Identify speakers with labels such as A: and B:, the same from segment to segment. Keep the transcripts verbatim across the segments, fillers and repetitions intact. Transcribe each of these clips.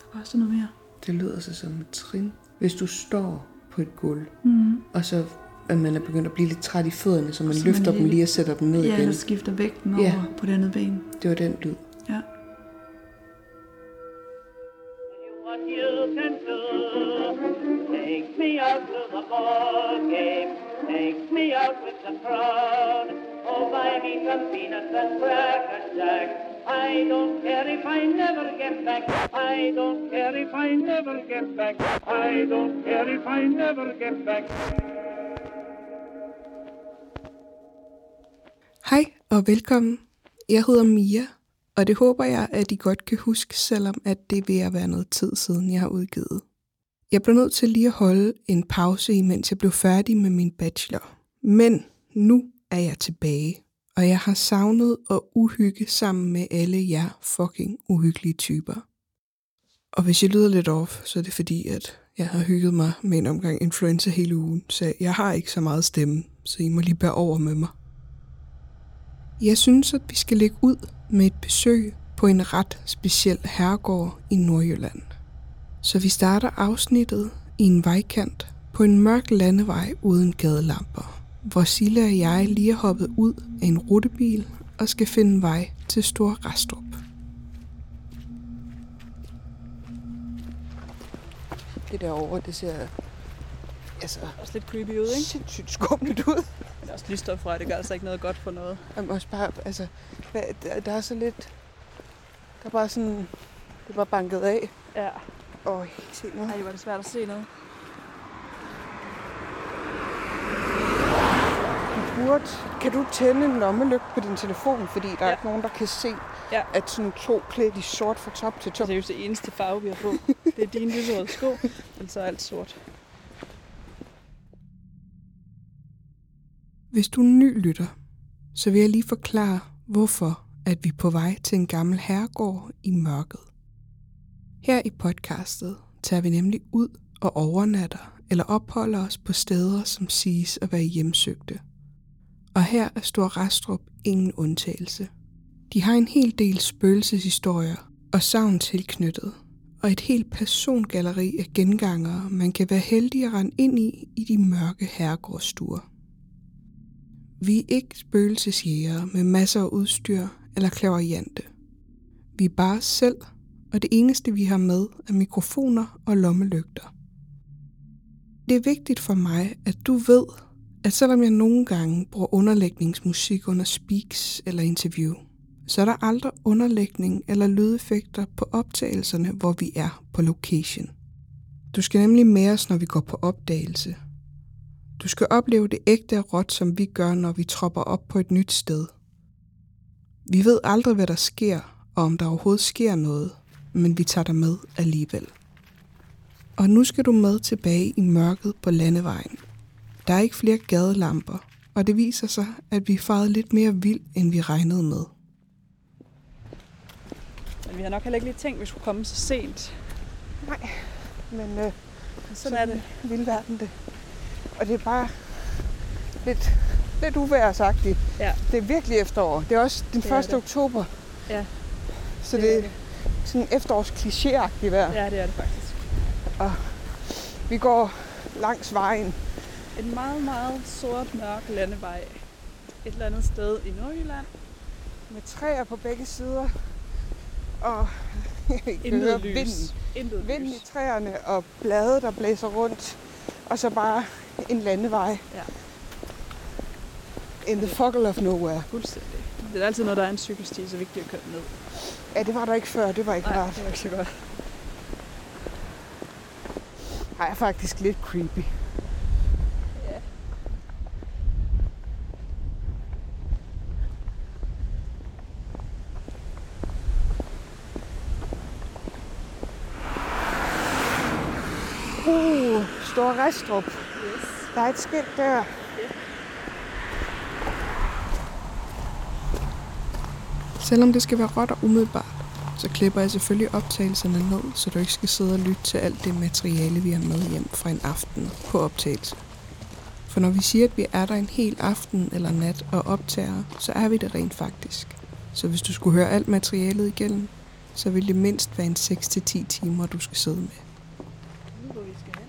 A: Hvad koster noget mere?
B: Det lyder så som et trin. Hvis du står på et gulv,
A: Mm.
B: og så at man er begyndt at blive lidt træt i fødderne, så man
A: så
B: løfter
A: man
B: dem
A: lige,
B: lige og sætter dem ned
A: ja,
B: igen.
A: Ja, eller skifter vægten over
B: Ja.
A: på det andet ben.
B: Det var den lyd.
A: Ja.
C: What you can do, take me out to the ball game, take me out with the crowd, oh buy me some peanuts and cracker jack, I don't care if I never get back, I don't care if I never get back, I don't care if I never get back.
D: Hej og velkommen. Jeg hedder Mia, og det håber jeg, at I godt kan huske, selvom at det vil være noget tid siden, jeg har udgivet. Jeg blev nødt til lige at holde en pause, imens jeg blev færdig med min bachelor. Men nu er jeg tilbage, og jeg har savnet at uhygge sammen med alle jer fucking uhyggelige typer. Og hvis jeg lyder lidt off, så er det fordi, at jeg har hygget mig med en omgang influenza hele ugen, så jeg har ikke så meget stemme, så I må lige bære over med mig. Jeg synes, at vi skal lægge ud med et besøg på en ret speciel herregård i Nordjylland. Så vi starter afsnittet i en vejkant på en mørk landevej uden gadelamper, hvor Sille og jeg lige er hoppet ud af en rutebil og skal finde vej til Store Rastrup.
B: Det derovre, det ser altså
A: Også lidt creepy ud, ikke?
B: sindssygt skummelt ud.
A: Det er også lysstof fra, det gør altså ikke noget godt for noget.
B: Jamen også bare, altså, hvad- der, der er så lidt, der er bare sådan, det er bare banket af.
A: Ja.
B: Åh, se nu.
A: Ej, var det svært at se noget.
B: Du burde, kan du tænde en lommelygte på din telefon, fordi der er
A: Ja.
B: ikke nogen, der kan se,
A: Ja.
B: at sådan to klædt i sort fra top til top.
A: Det er jo det eneste farve, vi har på. Det er dine lyserøde sko, eller så er alt sort.
D: Hvis du er en ny lytter, så vil jeg lige forklare, hvorfor at vi er på vej til en gammel herregård i mørket. Her i podcastet tager vi nemlig ud og overnatter eller opholder os på steder, som siges at være hjemsøgte. Og her er Store Rastrup ingen undtagelse. De har en hel del spøgelseshistorier og sagn tilknyttet, og et helt persongalleri af gengangere, man kan være heldig at rende ind i i de mørke herregårdsstuer. Vi er ikke spøgelsesjægere med masser af udstyr eller clairvoyante. Vi er bare os selv, og det eneste vi har med er mikrofoner og lommelygter. Det er vigtigt for mig, at du ved, at selvom jeg nogle gange bruger underlægningsmusik under speaks eller interview, så er der aldrig underlægning eller lydeffekter på optagelserne, hvor vi er på location. Du skal nemlig med os, når vi går på opdagelse. Du skal opleve det ægte og råt, som vi gør, når vi tropper op på et nyt sted. Vi ved aldrig, hvad der sker, og om der overhovedet sker noget, men vi tager dig med alligevel. Og nu skal du med tilbage i mørket på landevejen. Der er ikke flere gadelamper, og det viser sig, at vi er faret lidt mere vild, end vi regnede med.
A: Men vi har nok heller ikke lige tænkt, at vi skulle komme så sent.
B: Nej, men øh,
A: Sådan er det.
B: Vild verden det. Og det er bare lidt, lidt uvejrsagtigt.
A: Ja.
B: Det er virkelig efterår. Det er også den
A: er
B: første
A: det.
B: oktober.
A: Ja.
B: Så
A: Det
B: det,
A: er
B: det er sådan efterårs klichéagtigt vejr.
A: Ja, det er det faktisk.
B: Og vi går langs vejen.
A: En meget, meget sort, mørk landevej. Et eller andet sted i Nordjylland.
B: Med træer på begge sider. Og jeg kan høre
A: Intet lys.
B: vinden.
A: Intet
B: Vinden
A: lys.
B: i træerne og blade, der blæser rundt. Og så bare en landevej.
A: Ja.
B: In the foggle of nowhere.
A: Fuldstændig. Det er altid, når der er en cykelsti, så vigtigt at køre ned.
B: Ja, det var der ikke før. Det var ikke
A: Nej,
B: rart.
A: det var ikke så godt.
B: Ej, er faktisk lidt creepy.
A: Ja.
B: Uh, Store Rastrup.
A: Yes.
B: Der er et skilt der.
D: Selvom det skal være råt og umiddelbart, så klipper jeg selvfølgelig optagelserne ned, så du ikke skal sidde og lytte til alt det materiale, vi har med hjem fra en aften på optagelse. For når vi siger, at vi er der en hel aften eller nat og optager, så er vi det rent faktisk. Så hvis du skulle høre alt materialet igennem, så vil det mindst være en seks til ti timer, du skal sidde med.
A: Jeg ved, hvor vi skal hen.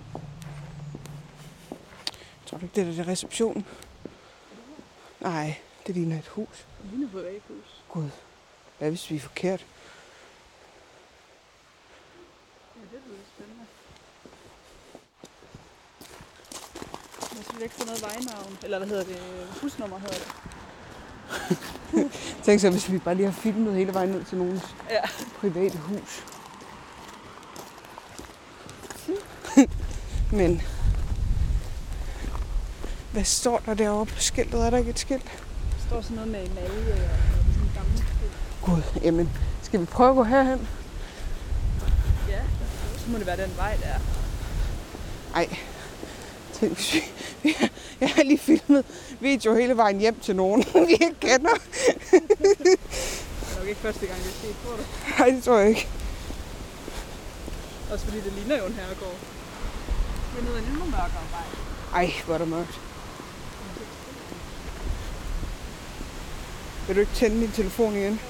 B: Tror du ikke, det er der receptionen? Nej, det ligner et hus.
A: Det ligner på et væghus.
B: Gud, hvad hvis vi er forkert?
A: Ja, det lyder spændende. Jeg synes ikke få noget vejnavn. Eller hvad hedder det? Husnummer hedder det.
B: Tænk så, hvis vi bare lige har filmet hele vejen ned til nogens
A: Ja.
B: private hus. Men hvad står der deroppe på skiltet? Er der ikke et skilt?
A: Der står sådan noget med mad og sådan en gammel skilt.
B: Gud, jamen, skal vi prøve at gå herhen?
A: Ja, så må det være den vej, der er.
B: Ej, tænk, hvis vi, vi har, jeg har lige filmet video hele vejen hjem til nogen, vi ikke kender.
A: Det er nok ikke første gang, det er sket, tror du?
B: Nej, det tror jeg ikke.
A: Også fordi det ligner jo en herregård. Det er nede af en endnu mørkere vej.
B: Ej, hvor er der mørkt. Vil du ikke tænde din telefon igen?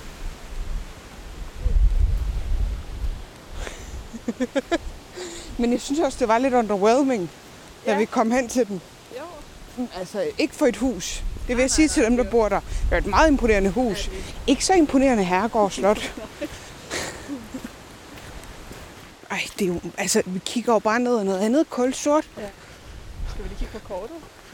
B: Men jeg synes også, det var lidt underwhelming, da
A: Ja.
B: vi kom hen til den.
A: Jo.
B: Altså, ikke for et hus. Det vil jeg sige til dem, der bor der. Det er et meget imponerende hus.
A: Ja, det
B: Ikke så imponerende herregård slot. Ej, det er jo... Altså, vi kigger jo bare ned ad noget andet kulsort.
A: Skal vi lige kigge på kortet?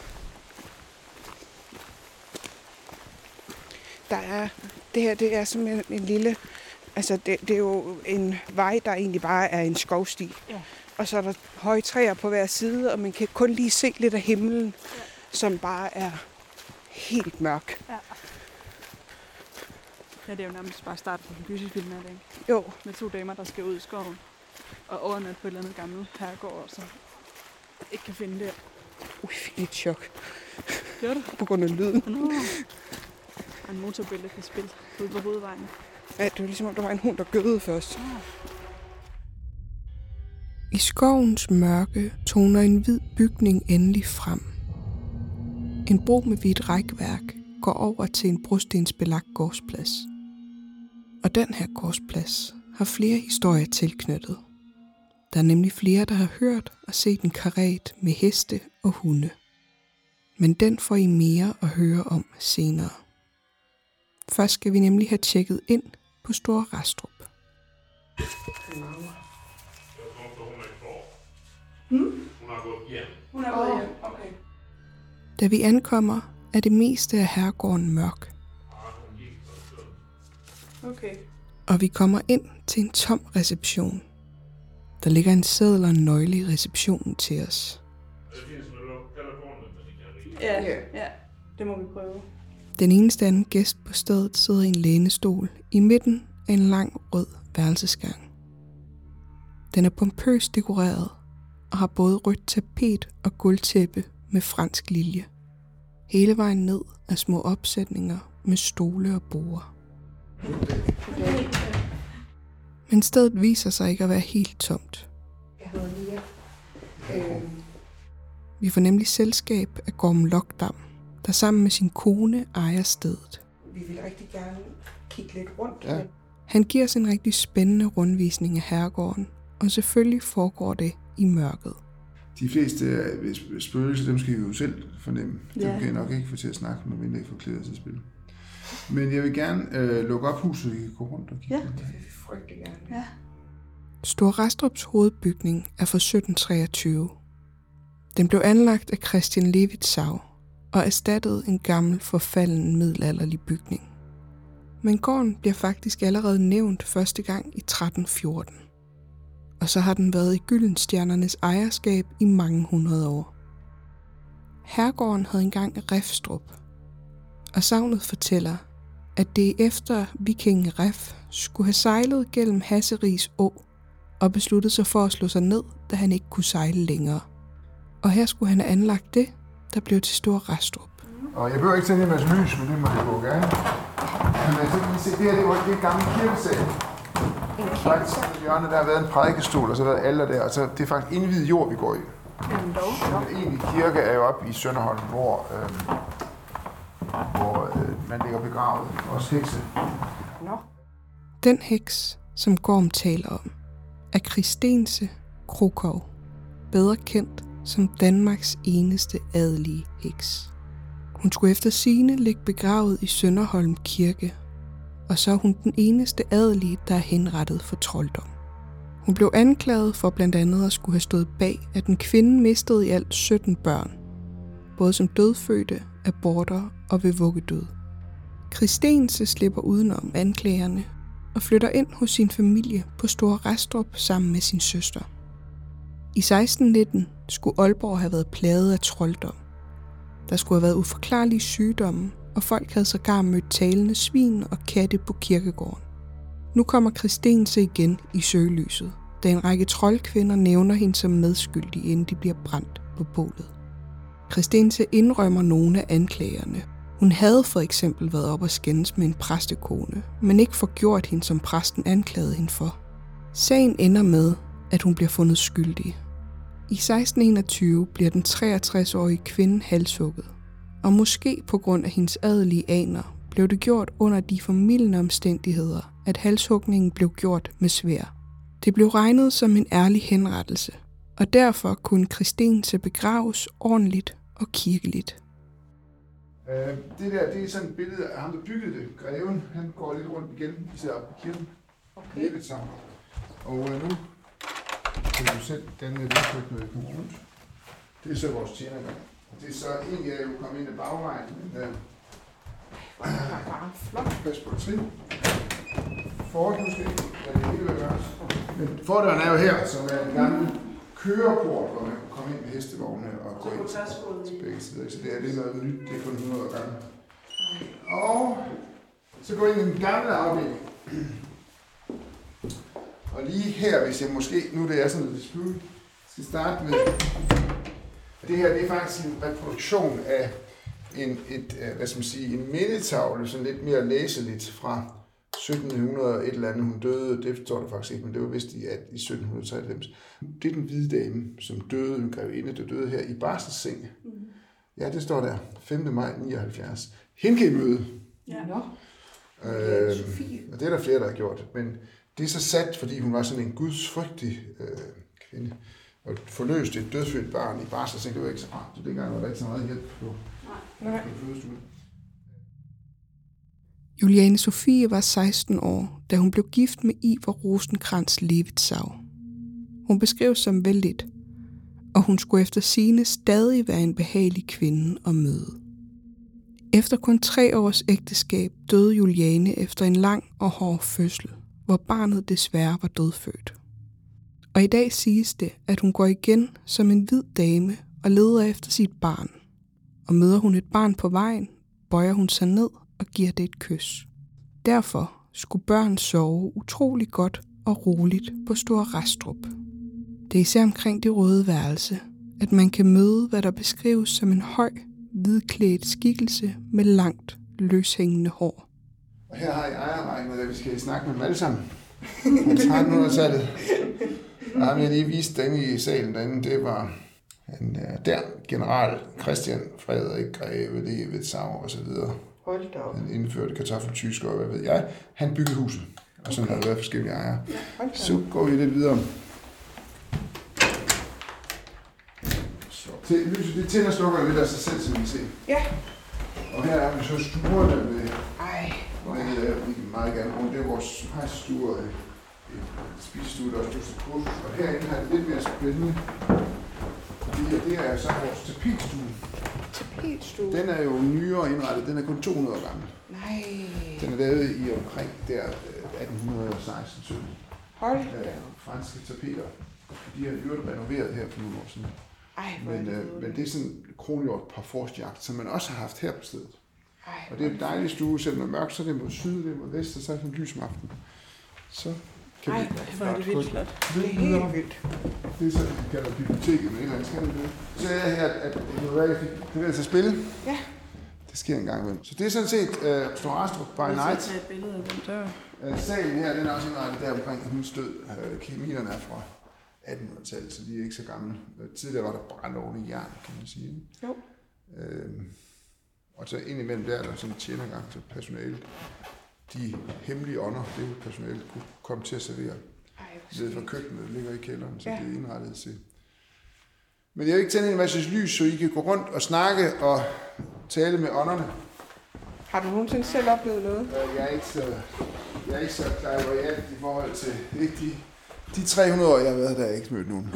B: Der er... Det her, det er simpelthen en lille... Altså, det, det er jo en vej, der egentlig bare er en skovsti.
A: Ja.
B: Og så er der høje træer på hver side, og man kan kun lige se lidt af himlen, ja. Som bare er helt mørk.
A: Ja. Ja, det er jo nærmest bare starten på en gyserfilm, er det ikke?
B: Jo.
A: Med to damer, der skal ud i skoven og overnatte på et eller andet gammelt herregård, og så ikke kan finde det.
B: Ui, jeg fik lidt chok.
A: Gør du?
B: På grund af lyden.
A: Nå. Og en motorbil, der kan spille ude på hovedvejen.
B: Ja, det var ligesom om, der var en hund, der gødede først.
D: I skovens mørke toner en hvid bygning endelig frem. En bro med hvidt rækværk går over til en brostensbelagt gårdsplads. Og den her gårdsplads har flere historier tilknyttet. Der er nemlig flere, der har hørt og set en karret med heste og hunde. Men den får I mere at høre om senere. Først skal vi nemlig have tjekket ind på Store Rastrup.
E: Hmm? Hun har gået hjem.
A: Hun er gået hjem.
B: Okay.
D: Da vi ankommer, er det meste af herregården mørk.
A: Okay.
D: Og vi kommer ind til en tom reception. Der ligger en seddel og en nøgle i receptionen til os.
A: Ja, ja, det må vi prøve.
D: Den eneste anden gæst på stedet sidder i en lænestol i midten af en lang rød værelsesgang. Den er pompøst dekoreret og har både rødt tapet og gulvtæppe med fransk lilje. Hele vejen ned er små opsætninger med stole og borde. Men stedet viser sig ikke at være helt tomt.
B: Jeg hedder Lia. Øh,
D: Vi får nemlig selskab af Gorm Lokdam, der sammen med sin kone ejer stedet.
B: vi vil rigtig gerne kigge lidt rundt.
E: Ja.
B: Men
D: Han giver os en rigtig spændende rundvisning af herregården, og selvfølgelig foregår det i mørket.
E: De fleste øh, spøgelser, dem skal vi jo selv fornemme. Dem
A: Ja.
E: kan jeg nok ikke få til at snakke, når vi ikke får klæder til at spille. Men jeg vil gerne øh, lukke op huset, vi kan gå rundt og kigge.
A: Ja.
E: lidt.
B: det vil vi frygtelig gerne.
A: Ja.
D: Store Rastrups hovedbygning er fra sytten treogtyve. Den blev anlagt af Christian Lewitzau og erstattede en gammel forfalden middelalderlig bygning. Men gården bliver faktisk allerede nævnt første gang i tretten fjorten. Og så har den været i Gyldenstjernernes ejerskab i mange hundrede år. Herregården havde engang Refstrup, og sagnet fortæller, at det efter vikingen Ref skulle have sejlet gennem Hasseris Å og besluttede sig for at slå sig ned, da han ikke kunne sejle længere. Og her skulle han have anlagt det, der blev til Store Rastrup.
E: Og jeg behøver ikke tænde en masse lys, men det må det gå gerne. Men jeg tænker lige se, det her det er jo et gammelt kirkesal. Faktisk i hjørnet, der har været en prædikestol, og så har der været alder der, og så det er faktisk indviet jord, vi går i.
A: Jamen dog.
E: Den egentlige kirke er jo oppe i Sønderholm, hvor, øh, hvor øh, man ligger begravet. Også hekse.
B: Nå.
D: Den heks som Gorm taler om, er Christense Krokov, bedre kendt som Danmarks eneste adelige heks. Hun skulle efter sigende ligge begravet i Sønderholm Kirke, og så er hun den eneste adelige, der er henrettet for trolddom. Hun blev anklaget for blandt andet at skulle have stået bag, at en kvinde mistede i alt sytten børn, både som dødfødte, aborter og ved vuggedød. Christense slipper udenom anklagerne og flytter ind hos sin familie på Store Restrup sammen med sin søster. I seksten nitten skulle Aalborg have været plaget af trolddom. Der skulle have været uforklarlige sygdomme, og folk havde sågar mødt talende svin og katte på kirkegården. Nu kommer Christense igen i søgelyset, da en række troldkvinder nævner hende som medskyldig, inden de bliver brændt på bålet. Christense indrømmer nogle af anklagerne. Hun havde for eksempel været op og skændes med en præstekone, men ikke forgjort hende, som præsten anklagede hende for. Sagen ender med, at hun bliver fundet skyldig. I seksten enogtyve bliver den treogtres-årige kvinde halshugget, og måske på grund af hendes adelige aner blev det gjort under de formildende omstændigheder, at halshugningen blev gjort med sværd. Det blev regnet som en ærlig henrettelse, og derfor kunne Christense begraves ordentligt og kirkeligt.
E: Øh, det der, det er sådan et billede af ham, der byggede det. Greven, han går lidt rundt igen, især op på kirken. Okay. Lidt sammen. Og øh, nu kan du selv danne et udtryk, når vi kommer rundt. Det er så vores tjenergang. Det er så egentlig, at jeg jo kommet ind ad bagvejen, men øh,
B: Hvor er det bare flot.
E: pas på trin. Fordøren, nu skal ikke lade det hele gøres. Men fordøren er jo her, som er en gammel køreport, hvor man kan komme ind med hestevogne og gå ind til begge sider. Så det er, det er noget nyt, det er kun hundrede år gammel. Og så går ind i den gamle afdeling. Og lige her, hvis jeg måske, nu det er sådan lidt slut, skal starte med, det her det er faktisk en reproduktion af en, et, hvad skal man sige, en mindetavle, sådan lidt mere læseligt fra sytten hundrede et eller andet. Hun døde, det står der faktisk ikke, men det var vist i, at i sytten treoghalvfems. Det er den hvide dame, som døde, en grevinde, der døde her i barselsseng. Mm. Ja, det står der, femte maj nioghalvfjerds. Hende kan I møde.
B: Ja.
E: Øh, og det er der flere, der har gjort. Men det er så sat, fordi hun var sådan en gudsfrygtig øh, kvinde. Og forløste et dødfødt barn i barselsseng, det var ikke så rart. Så dengang var der ikke så meget hjælp på,
B: Nej.
E: på fødestuen.
D: Juliane Sophie var seksten år, da hun blev gift med Ivar Rosenkrantz Lewitzau. Hun beskrev som vældigt, og hun skulle efter sigende stadig være en behagelig kvinde at møde. Efter kun tre års ægteskab døde Juliane efter en lang og hård fødsel, hvor barnet desværre var dødfødt. Og i dag siges det, at hun går igen som en hvid dame og leder efter sit barn. Og møder hun et barn på vejen, bøjer hun sig ned og giver det et kys. Derfor skulle børn sove utrolig godt og roligt på Store Restrup. Det er især omkring det røde værelse, at man kan møde, hvad der beskrives som en høj, hvidklædt skikkelse med langt, løshængende hår.
E: Og her har I ejerrækken, og vi skal snakke med dem alle sammen. På trettenhundredetallet. Og ham jeg lige viste den i salen derinde, det var han, der, general Christian Frederik Greve Lewitzau og så videre.
B: Hold da op.
E: Han indførte kartoffeltysker og hvad ved jeg. Han byggede huset, og sådan okay. har der været forskellige ejere.
B: Ja,
E: så går vi lidt videre. Så. Lyset, det tænder og slukker lidt af sig selv, som vi ser.
B: Ja.
E: Og her er vi så stuerne med,
B: Ej.
E: og det er vi meget gerne rundt. Det er vores hejsstuer, et spisestue, der også er til kursus. Og herinde har det lidt mere spændende. Fordi det er så vores tapetstue.
B: Tapetstue?
E: Den er jo nyere indrettet. Den er kun to hundrede år gammel.
B: Nej.
E: Den er lavet i omkring der atten seksten sytten.
B: Hold da.
E: Franske tapeter. De har jo renoveret her for nogle år siden.
B: Ej,
E: men, øh, men det er sådan kronhjort parforcejagt, som man også har haft her på stedet.
B: Ej,
E: og det er en dejlig stue, selvom det er mørkt, så er det mod syd, det er mod vest, og så er det sådan lys om aftenen. Så kan
B: Ej,
E: vi...
A: Hvor er det vildt flot.
B: Det er helt vildt.
E: Det er så, vi kalder biblioteket, men et eller andet skal det det. Så er jeg her, at det må være, at jeg fik bevæget til at spille.
B: Ja.
E: Det sker en gang imellem. Så det er sådan set uh, Store Restrup by night.
A: Jeg skal tage et billede af den dør.
E: Uh, salen her, den er også indrettet der omkring hendes død. Uh, Keminerne er fra attenhundredetallet, så de er ikke så gamle. Tidligere var der brændeovne i jern, kan man sige.
B: Jo.
E: Øhm, og så indimellem der er der sådan en tjenergang til personalet. de hemmelige ånder, det personale kunne komme til at servere. Nede fra køkkenet, der ligger i kælderen, så ja. Det er indrettet til. Men jeg vil ikke tænde en masse lys, så I kan gå rundt og snakke og tale med ånderne.
B: Har du nogensinde selv oplevet noget?
E: Jeg er ikke så, jeg er ikke så klarivoyant i forhold til ikke de, de tre hundrede år, jeg har været der, har jeg ikke mødt nogen.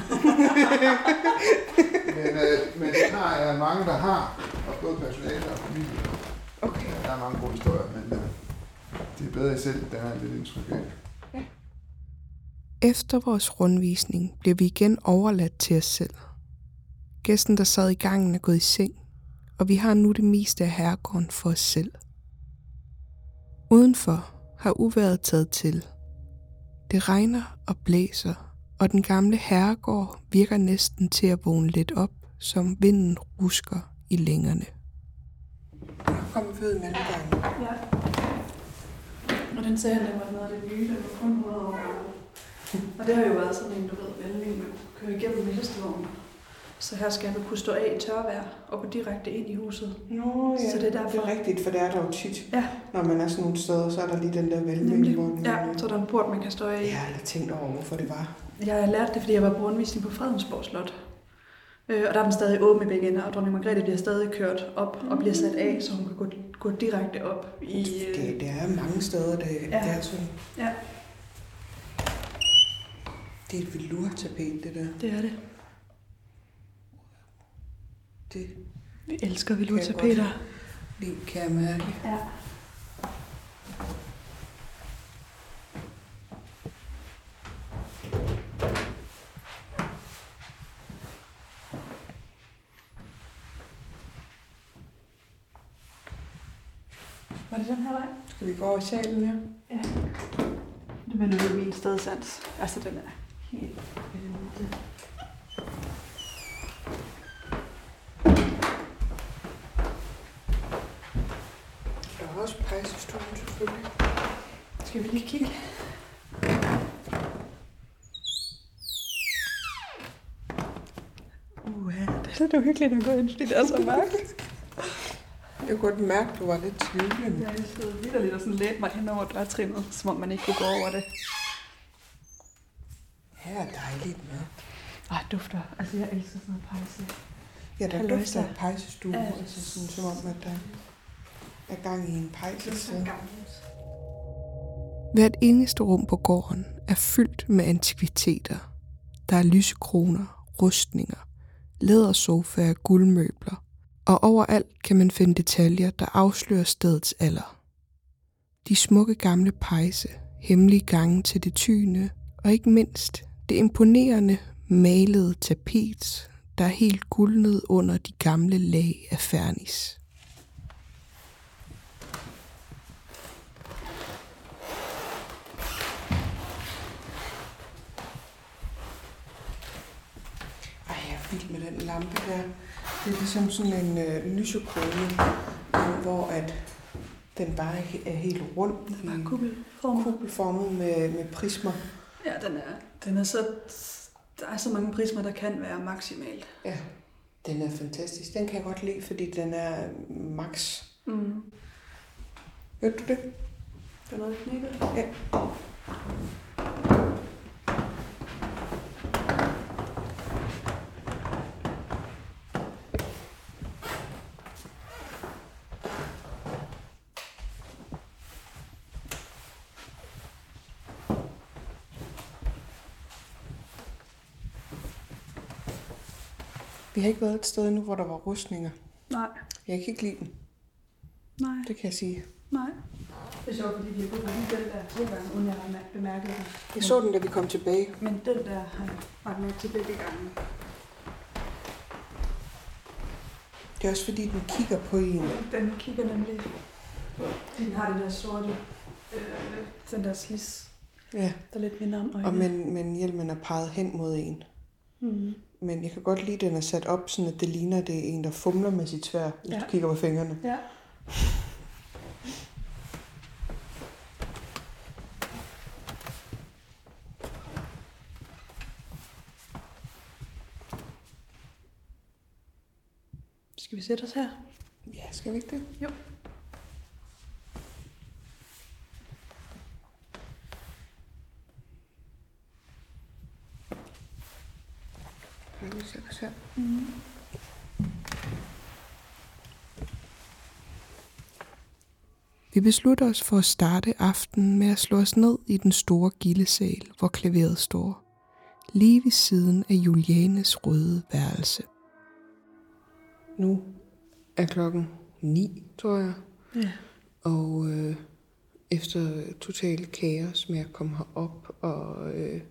E: men, øh, men det har jeg mange, der har, og både personale og familie.
B: Okay.
E: Der er mange gode historier, men øh, det er bedre i selv, der er lidt indtryk af.
D: Ja. Efter vores rundvisning bliver vi igen overladt til os selv. Gæsten, der sad i gangen, er gået i seng, og vi har nu det meste af herregården for os selv. Udenfor har uvejret taget til. Det regner og blæser, og den gamle herregård virker næsten til at vågne lidt op, som vinden rusker i længerne.
B: Kom vi ud i mellemgangen.
A: Ja. Og den sagde, at den var noget af det nye, den var kun hundrede år gammel. Og det har jo været sådan en, du ved, vældig, man kører igennem med hestevognen. Så her skal du kunne stå af i tørvejr og gå direkte ind i huset.
B: Nå ja,
A: så det er, derfor.
B: det er rigtigt, for det er der jo tit.
A: Ja.
B: Når man er sådan nogle steder, så er der lige den der vælving, hvor man...
A: Ja, så er der en port, man kan stå af i.
B: Jeg har aldrig tænkt over, hvorfor det var.
A: Jeg har lært det, fordi jeg var på rundvisning på Fredensborg Slot. Øh, og der er den stadig åben i begge ender, og dronning Margrethe bliver stadig kørt op og bliver sat af, så hun kan gå, gå direkte op i... Øh...
B: Det, det er mange steder, det, ja. det er sådan.
A: Ja.
B: Det er et velurtapet, det der.
A: Det er det.
B: Det
A: Vi elsker velurtapeter.
B: Det kan jeg mærke.
A: Ja. Var det den her vej?
B: Skal vi gå over i salen her?
A: Ja. Det var nu min stedsans. Altså, den er helt vildt.
B: Der er også pejsestuen selvfølgelig.
A: Skal vi lige kigge? Uha, det er lidt uhyggeligt at gå ind, fordi det er så mørkt.
B: Jeg kunne godt mærke, at du var lidt tvivlende.
A: Jeg sidder vitterligt og sådan læt mig hen over dørtrinnet, som om man ikke kunne gå over det.
B: Her er dejligt med.
A: Ej, dufter. Altså, jeg elsker sådan noget pejse.
B: Ja, der
A: Halløj,
B: dufter
A: så.
B: af pejsestue,
A: Ja.
B: altså sådan, som om, at der er gang i en pejs.
D: Hvert eneste rum på gården er fyldt med antikviteter. Der er lysekroner, rustninger, lædersofaer, guldmøbler, og overalt kan man finde detaljer, der afslører stedets alder. De smukke gamle pejse, hemmelige gange til det tyne, og ikke mindst det imponerende malede tapet, der er helt guldnet under de gamle lag af fernis.
B: Ej, jeg er vild med den lampe der. Det er ligesom sådan en øh, lysekrone, hvor at den bare er helt rund.
A: Den er bare kuppelformet.
B: Kuppelformet med, med prismer.
A: Ja, den er, den er så... Der er så mange prismer, der kan være maksimalt.
B: Ja, den er fantastisk. Den kan jeg godt lide, fordi den er max.
A: Mm.
B: Hørte du det?
A: Der er noget knækket.
B: Ja. Vi har ikke været et sted endnu, hvor der var rustninger.
A: Nej.
B: Jeg kan ikke lide dem.
A: Nej.
B: Det kan jeg sige.
A: Nej. Det er sjovt, fordi vi har gået lige den der to gange, uden jeg har bemærket den.
B: Jeg så den, da vi kom tilbage.
A: Men den der har jeg været med til begge gange.
B: Det er også fordi, den kigger på en.
A: Den kigger nemlig. Den har den der sorte, øh, den der slis,
B: Ja.
A: der lidt minder om øjnene.
B: Og men, men hjelmen er peget hen mod en.
A: Mm.
B: Men jeg kan godt lide, at den er sat op, sådan at det ligner, at det er en, der fumler med sit sværd, hvis
A: Ja.
B: du kigger på fingrene.
A: Ja. Skal vi sætte os her?
B: Ja, skal vi ikke det?
A: Jo.
B: Skal jeg lige sætte os her?
A: Mm.
D: Vi beslutter os for at starte aftenen med at slå os ned i den store gildesal, hvor klaveret står, lige ved siden af Julianes røde værelse.
B: Nu er klokken ni, tror jeg.
A: Ja.
B: Og øh, efter total kaos med at komme herop og øh,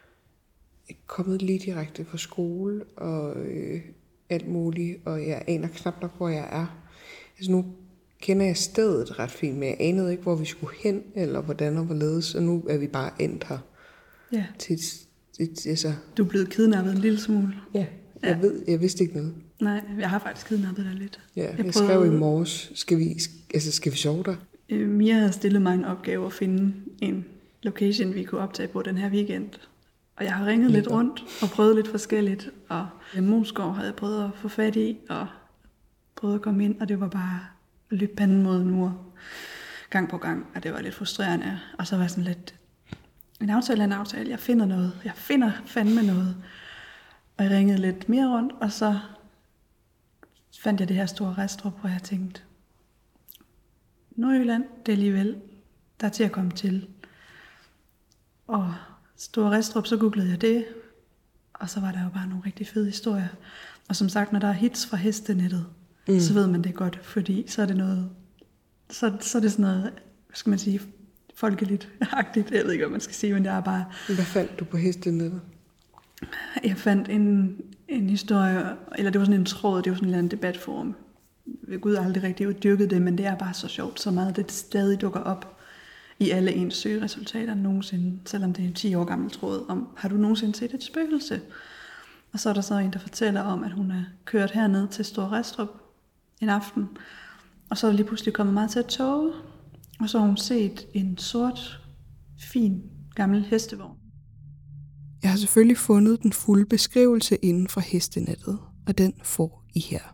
B: kommet lige direkte fra skole og øh, alt muligt, og jeg aner knap nok, hvor jeg er. Altså nu kender jeg stedet ret fint, men jeg anede ikke, hvor vi skulle hen, eller hvordan og hvorledes, og nu er vi bare endt her.
A: Ja.
B: Til et, et, altså,
A: Du er blevet kidnappet en lille smule.
B: ja, jeg, ved, jeg vidste ikke noget.
A: Nej, jeg har faktisk kidnappet dig lidt.
B: Ja, jeg,
A: Jeg
B: jeg skrev
A: prøvede-
B: i morges, skal vi, altså, skal vi sove der?
A: Øh, Mia havde stillet mig en opgave at finde en location, vi kunne optage på den her weekend. Og jeg har ringet lidt
B: Lækker.
A: rundt og prøvet lidt forskelligt. Og Moskov havde jeg prøvet at få fat i og prøvet at komme ind, og det var bare at løbe panden mod en mur gang på gang, og det var lidt frustrerende. Og så var jeg sådan lidt, en aftale er en aftale, jeg finder noget, jeg finder fandme noget. Og jeg ringede lidt mere rundt, og så fandt jeg det her store Restrup, hvor jeg tænkte, Nordjylland, det er alligevel, der er til at komme til. Og Store Restrup, så googlede jeg det, og så var der jo bare nogle rigtig fede historier. Og som sagt, når der er hits fra hestenettet, mm. så ved man det godt, fordi så er det noget, så, så er det sådan noget, hvad skal man sige, folkeligt-agtigt. Jeg ved ikke, hvad man skal sige, men det er bare,
B: Hvad fandt du på hestenettet?
A: jeg fandt en, en historie, eller det var sådan en tråd, det var sådan en eller anden debatforum. Gud har aldrig rigtig dyrket det, men det er bare så sjovt, så meget det stadig dukker op i alle ens søgeresultater nogensinde, selvom det er en ti år gammel tråd om, har du nogensinde set et spøgelse? Og så er der så en, der fortæller om, at hun er kørt herned til Store Restrup en aften, og så er der lige pludselig kommet meget til at toge, og så har hun set en sort, fin, gammel hestevogn.
D: Jeg har selvfølgelig fundet den fulde beskrivelse inden for hestenettet, og den får I her.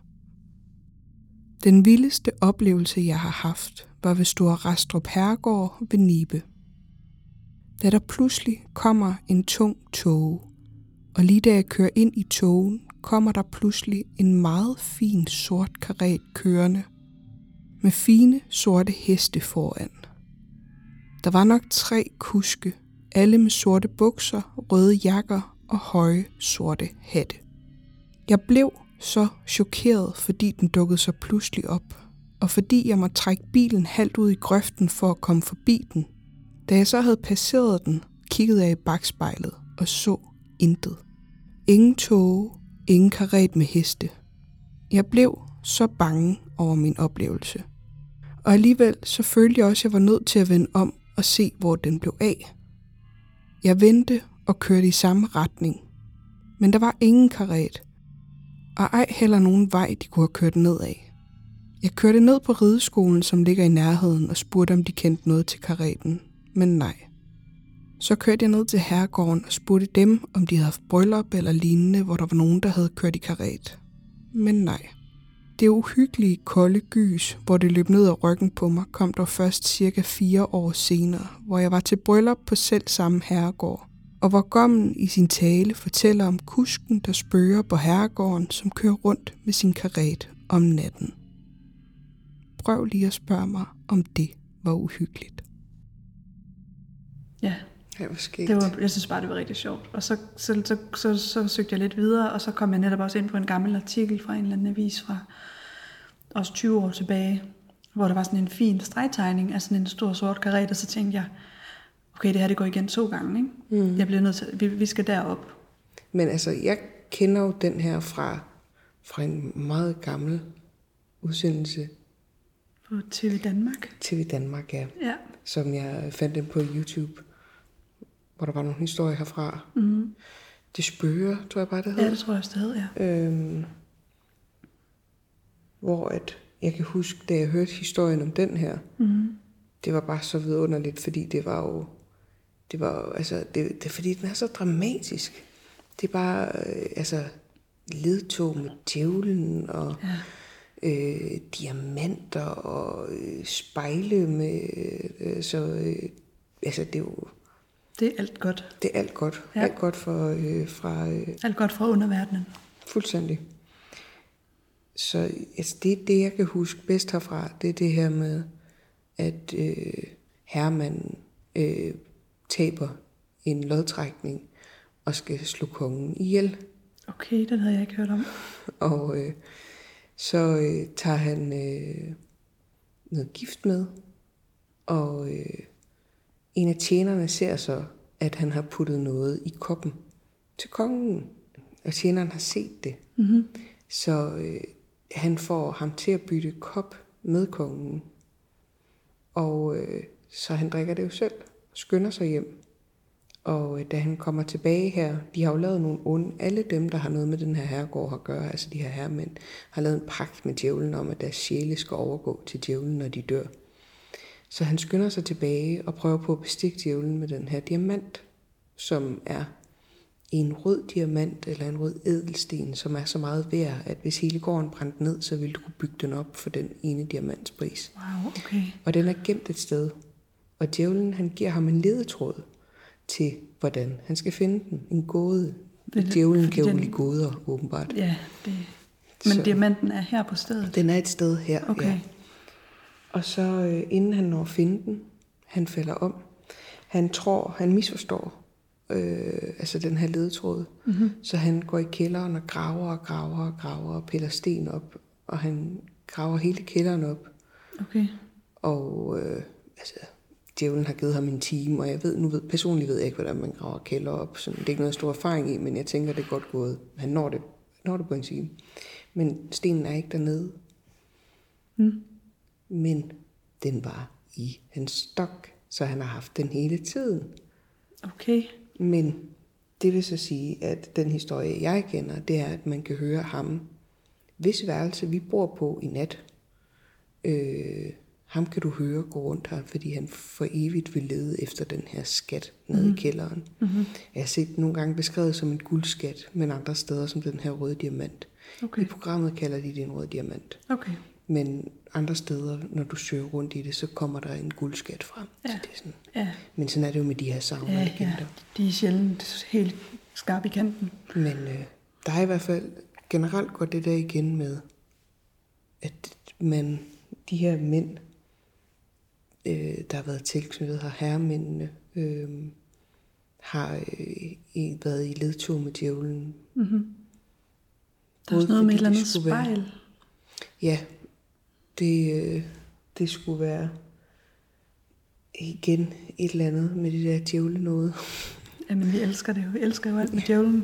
D: Den vildeste oplevelse, jeg har haft, var ved Store Restrup Herregård ved Nibe. Da der pludselig kommer en tung tåge, og lige da jeg kører ind i tågen, kommer der pludselig en meget fin sort karet kørende, med fine sorte heste foran. Der var nok tre kuske, alle med sorte bukser, røde jakker og høje sorte hatte. Jeg blev så chokeret, fordi den dukkede så pludselig op, og fordi jeg måtte trække bilen halvt ud i grøften for at komme forbi den. Da jeg så havde passeret den, kiggede jeg i bakspejlet og så intet. Ingen tåge, ingen karet med heste. Jeg blev så bange over min oplevelse. Og alligevel så følte jeg også, at jeg var nødt til at vende om og se, hvor den blev af. Jeg vendte og kørte i samme retning, men der var ingen karet, og ej heller nogen vej, de kunne have kørt ned af. Jeg kørte ned på rideskolen, som ligger i nærheden, og spurgte, om de kendte noget til kareten, men nej. Så kørte jeg ned til herregården og spurgte dem, om de havde haft bryllup eller lignende, hvor der var nogen, der havde kørt i karet. Men nej. Det uhyggelige kolde gys, hvor det løb ned ad ryggen på mig, kom der først cirka fire år senere, hvor jeg var til bryllup på selv samme herregård, og hvor gommen i sin tale fortæller om kusken, der spørger på herregården, som kører rundt med sin karet om natten. Prøv lige at spørge mig, om det var uhyggeligt.
A: Ja,
B: Ja, hvor skægt.
A: det var, jeg synes bare, det var rigtig sjovt. Og så, så, så, så, så søgte jeg lidt videre, og så kom jeg netop også ind på en gammel artikel fra en eller anden avis fra også tyve år tilbage, hvor der var sådan en fin stregtegning af sådan en stor sort karet, og så tænkte jeg, okay, det her det går igen to gange, ikke? Mm. Jeg bliver nødt til, vi, vi skal derop.
B: Men altså, jeg kender jo den her fra, fra en meget gammel udsendelse,
A: På T V Danmark.
B: T V Danmark, ja,
A: Ja.
B: som jeg fandt den på YouTube, hvor der var nogle historier herfra.
A: Mm.
B: Det spørger, tror jeg bare, det hedder.
A: Ja, det tror jeg stadig, ja.
B: Øhm, hvor at jeg kan huske, da jeg hørte historien om den her,
A: Mm.
B: det var bare så vidunderligt, fordi det var jo, det var jo, altså, det, det er fordi, den er så dramatisk. Det er bare, øh, altså, ledtog med djævlen, og
A: Ja.
B: øh, diamanter, og øh, spejle med, øh, så, øh, altså, det er jo,
A: Det er alt godt.
B: Det er alt godt.
A: Ja.
B: Alt godt for, øh, fra... Øh,
A: Alt godt fra underverdenen.
B: fuldstændig. Så altså, det, det, jeg kan huske bedst herfra, det er det her med, at øh, herremanden øh, taber en lodtrækning og skal slå kongen ihjel.
A: Okay, den havde jeg ikke hørt om.
B: Og øh, så øh, tager han øh, noget gift med, og øh, en af tjenerne ser så, at han har puttet noget i koppen til kongen. Og tjeneren har set det.
A: Mm-hmm.
B: Så øh, han får ham til at bytte kop med kongen. Og øh, så han drikker det jo selv, skynder sig hjem. Og øh, da han kommer tilbage her, de har jo lavet nogle onde, alle dem, der har noget med den her herregård at gøre, altså de her herremænd, har lavet en pagt med djævlen om, at deres sjæle skal overgå til djævlen, når de dør. Så han skynder sig tilbage og prøver på at bestikke djævlen med den her diamant, som er en rød diamant eller en rød ædelsten, som er så meget værd, at hvis hele gården brændte ned, så ville du kunne bygge den op for den ene diamantspris.
A: Wow, okay.
B: Og den er gemt et sted. Og djævlen, han giver ham en ledetråd til, hvordan han skal finde den. En gåde.
A: Det,
B: Djævlen kan jo
A: den...
B: lide gåder, åbenbart.
A: Ja, det... Men
B: så
A: diamanten er her på stedet?
B: Den er et sted her,
A: okay.
B: Ja. Og så øh, inden han når at finde den, han falder om. Han tror, han misforstår øh, altså den her ledetråd. Mm-hmm. Så han går i kælderen og graver og graver og graver og piller sten op. Og han graver hele kælderen op.
A: Okay.
B: Og øh, altså, djævlen har givet ham en time, og jeg ved, nu ved, personligt ved jeg ikke, hvordan man graver kælder op. Så det er ikke noget stor erfaring i, men jeg tænker, det er godt gået. Han når det, når det på en time. Men stenen er ikke dernede.
A: Mm.
B: Men den var i hans stok, så han har haft den hele tiden.
A: Okay.
B: Men det vil så sige, at den historie, jeg kender, det er, at man kan høre ham, hvis værelse vi bor på i nat, øh, ham kan du høre gå rundt her, fordi han for evigt vil lede efter den her skat nede mm. i kælderen. Mm-hmm. Jeg har set den nogle gange beskrevet som en guldskat, men andre steder som den her røde diamant. Okay. I programmet kalder de det en rød diamant.
A: Okay.
B: Men andre steder, når du søger rundt i det, så kommer der en guldskat frem.
A: Ja.
B: Så det er sådan.
A: Ja.
B: Men sådan er det jo med de her sagner
A: Ja,
B: og legender.
A: ja. De er sjældent helt skarpe i kanten.
B: Men øh, der er i hvert fald generelt går det der igen med, at man, de her mænd, øh, der har været tilknyttet, har herremændene, øh, har øh, været i ledtog med djævlen.
A: Mm-hmm. Der er også noget med et eller andet spejl.
B: Være, ja, det, øh, det skulle være igen et eller andet med det der djævle noget.
A: Jamen, vi elsker det jo. Vi elsker jo alt med djævlen.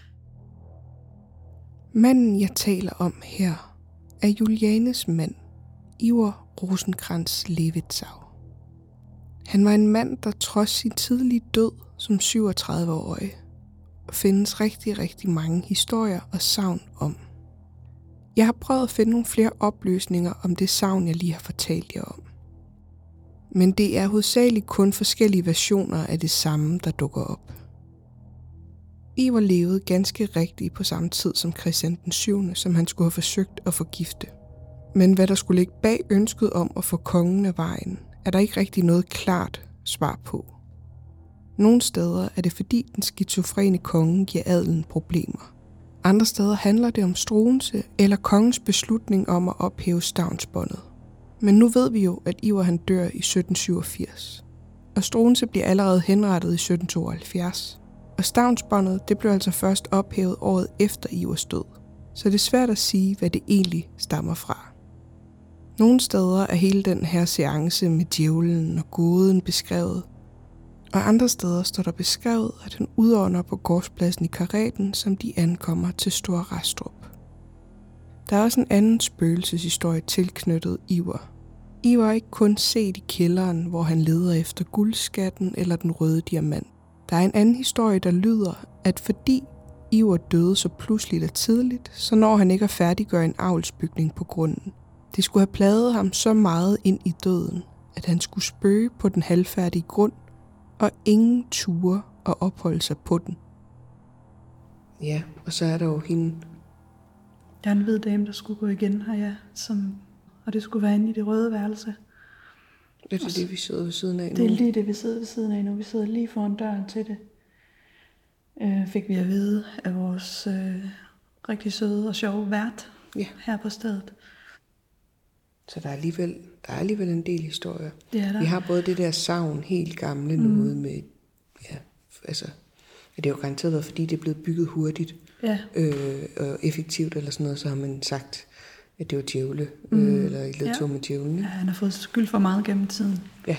D: Manden, jeg taler om her, er Julianes mand, Ivar Rosenkrantz Levetzau. Han var en mand, der trods sin tidlige død som syvogtredive-årig, findes rigtig, rigtig mange historier og sagn om. Jeg har prøvet at finde nogle flere oplysninger om det sagn, jeg lige har fortalt jer om. Men det er hovedsageligt kun forskellige versioner af det samme, der dukker op. Ivar levede ganske rigtigt på samme tid som Christian den syvende, som han skulle have forsøgt at forgifte. Men hvad der skulle ligge bag ønsket om at få kongen af vejen, er der ikke rigtig noget klart svar på. Nogle steder er det fordi den skizofrene konge giver adelen problemer. Andre steder handler det om Struensee eller kongens beslutning om at ophæve stavnsbåndet. Men nu ved vi jo, at Ivar han dør i sytten syvogfirs. Og Struensee bliver allerede henrettet i sytten tooghalvfjerds. Og stavnsbåndet det blev altså først ophævet året efter Ivars død. Så det er svært at sige, hvad det egentlig stammer fra. Nogle steder er hele den her seance med djævlen og gåden beskrevet. Og andre steder står der beskrevet, at han udånder på gårdspladsen i Kareten, som de ankommer til Store Rastrup. Der er også en anden spøgelseshistorie tilknyttet Ivar. Ivar er ikke kun set i kælderen, hvor han leder efter guldskatten eller den røde diamant. Der er en anden historie, der lyder, at fordi Ivar døde så pludseligt og tidligt, så når han ikke at færdiggøre en avlsbygning på grunden. Det skulle have plaget ham så meget ind i døden, at han skulle spøge på den halvfærdige grund, og ingen ture at opholde sig på den.
B: Ja, og så er der jo hende.
A: Der er en hvid dame, der skulle gå igen her, ja. Som, og det skulle være inde i det røde værelse.
B: Det er det, det, vi sidder ved siden af nu.
A: Det er lige det, vi sidder ved siden af nu. Vi sidder lige foran døren til det. Øh, fik vi at vide af vores øh, rigtig søde og sjove vært
B: Ja.
A: her på stedet.
B: Så der er alligevel, der er alligevel en del historier.
A: Det er der.
B: Vi har både det der savn, helt gamle mm. noget med, ja, altså, det er jo garanteret været, fordi det er blevet bygget hurtigt
A: Ja.
B: øh, og effektivt eller sådan noget, så har man sagt, at det var djævle, mm. øh, eller i ledtog
A: Ja.
B: med djævlen.
A: Ja,
B: Ikke?
A: han har fået skyld for meget gennem tiden.
B: Ja,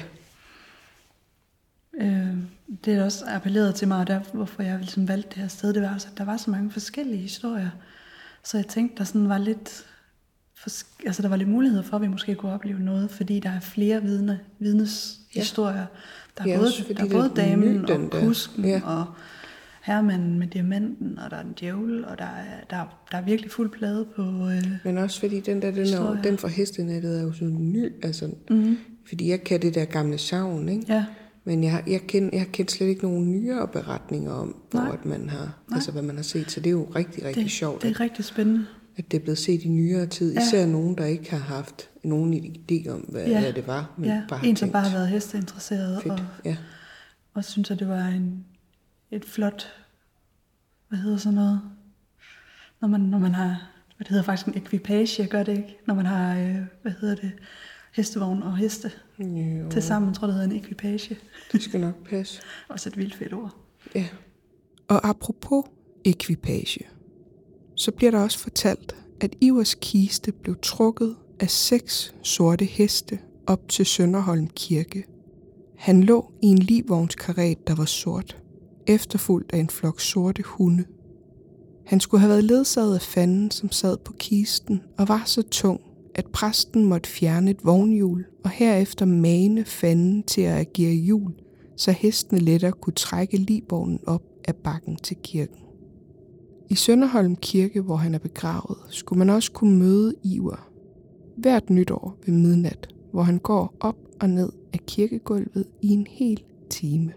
A: Øh, det er også appelleret til mig, og der, hvorfor jeg ligesom valgte det her sted, det var også, at der var så mange forskellige historier. Så jeg tænkte, der sådan var lidt, fors- altså der var lidt mulighed for, at vi måske kunne opleve noget, fordi der er flere vidne, vidneshistorier. Der er
B: Ja,
A: både,
B: også fordi
A: der er
B: det er
A: både damen
B: ny, den
A: og
B: der.
A: kusken
B: Ja.
A: og herremanden med diamanten, og der er en djævel, og der er, der, er- der er virkelig fuld plade på... Øh,
B: men også fordi den der, den, er,
A: Historier.
B: jo- den fra hestenettet er jo sådan ny, altså,
A: mm,
B: fordi jeg kan det der gamle savn, ikke?
A: ja,
B: Men jeg, har- jeg, kender, jeg har kendt slet ikke nogen nyere beretninger om, hvor
A: Nej.
B: at man har,
A: Nej.
B: altså hvad man har set, så det er jo rigtig, rigtig
A: det,
B: sjovt,
A: det
B: at,
A: er rigtig spændende.
B: at det er blevet set i nyere tid.
A: Ja.
B: Især nogen, der ikke har haft nogen idé om, hvad,
A: Ja.
B: hvad det var, men
A: Ja,
B: bare har
A: en, som
B: tænkt,
A: bare har været hesteinteresseret,
B: fedt.
A: og
B: Ja.
A: Og så synes jeg, det var en, et flot, hvad hedder sådan noget, når man, når man har, hvad det hedder faktisk en ekvipage, gør det ikke? Når man har, øh, hvad hedder det, hestevogn og heste
B: Jo,
A: til sammen, tror jeg, det hedder en ekvipage.
B: det skal nok passe.
A: Også et vildt fedt ord.
B: Ja.
D: Og apropos ekvipage, så bliver der også fortalt, at Ivers kiste blev trukket af seks sorte heste op til Sønderholm Kirke. Han lå i en livognskaret, der var sort, efterfulgt af en flok sorte hunde. Han skulle have været ledsaget af fanden, som sad på kisten, og var så tung, at præsten måtte fjerne et vognhjul, og herefter mane fanden til at agere hjul, så hestene lettere kunne trække livvognen op af bakken til kirken. I Sønderholm Kirke, hvor han er begravet, skulle man også kunne møde Iver hvert nytår ved midnat, hvor han går op og ned af kirkegulvet i en hel time.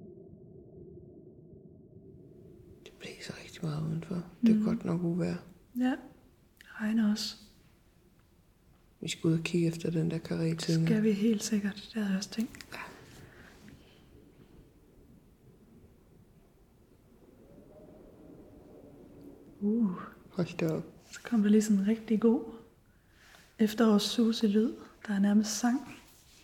B: Det blæser rigtig meget udenfor. Det er
A: Mm.
B: godt nok uvejr.
A: Ja, det regner også.
B: Vi skal ud og kigge efter den der karret til.
A: Skal vi helt sikkert, det havde jeg også tænkt. Uh,
B: Hold da op.
A: så kom der lige sådan en rigtig god efterårssus i lyd. Der er nærmest sang.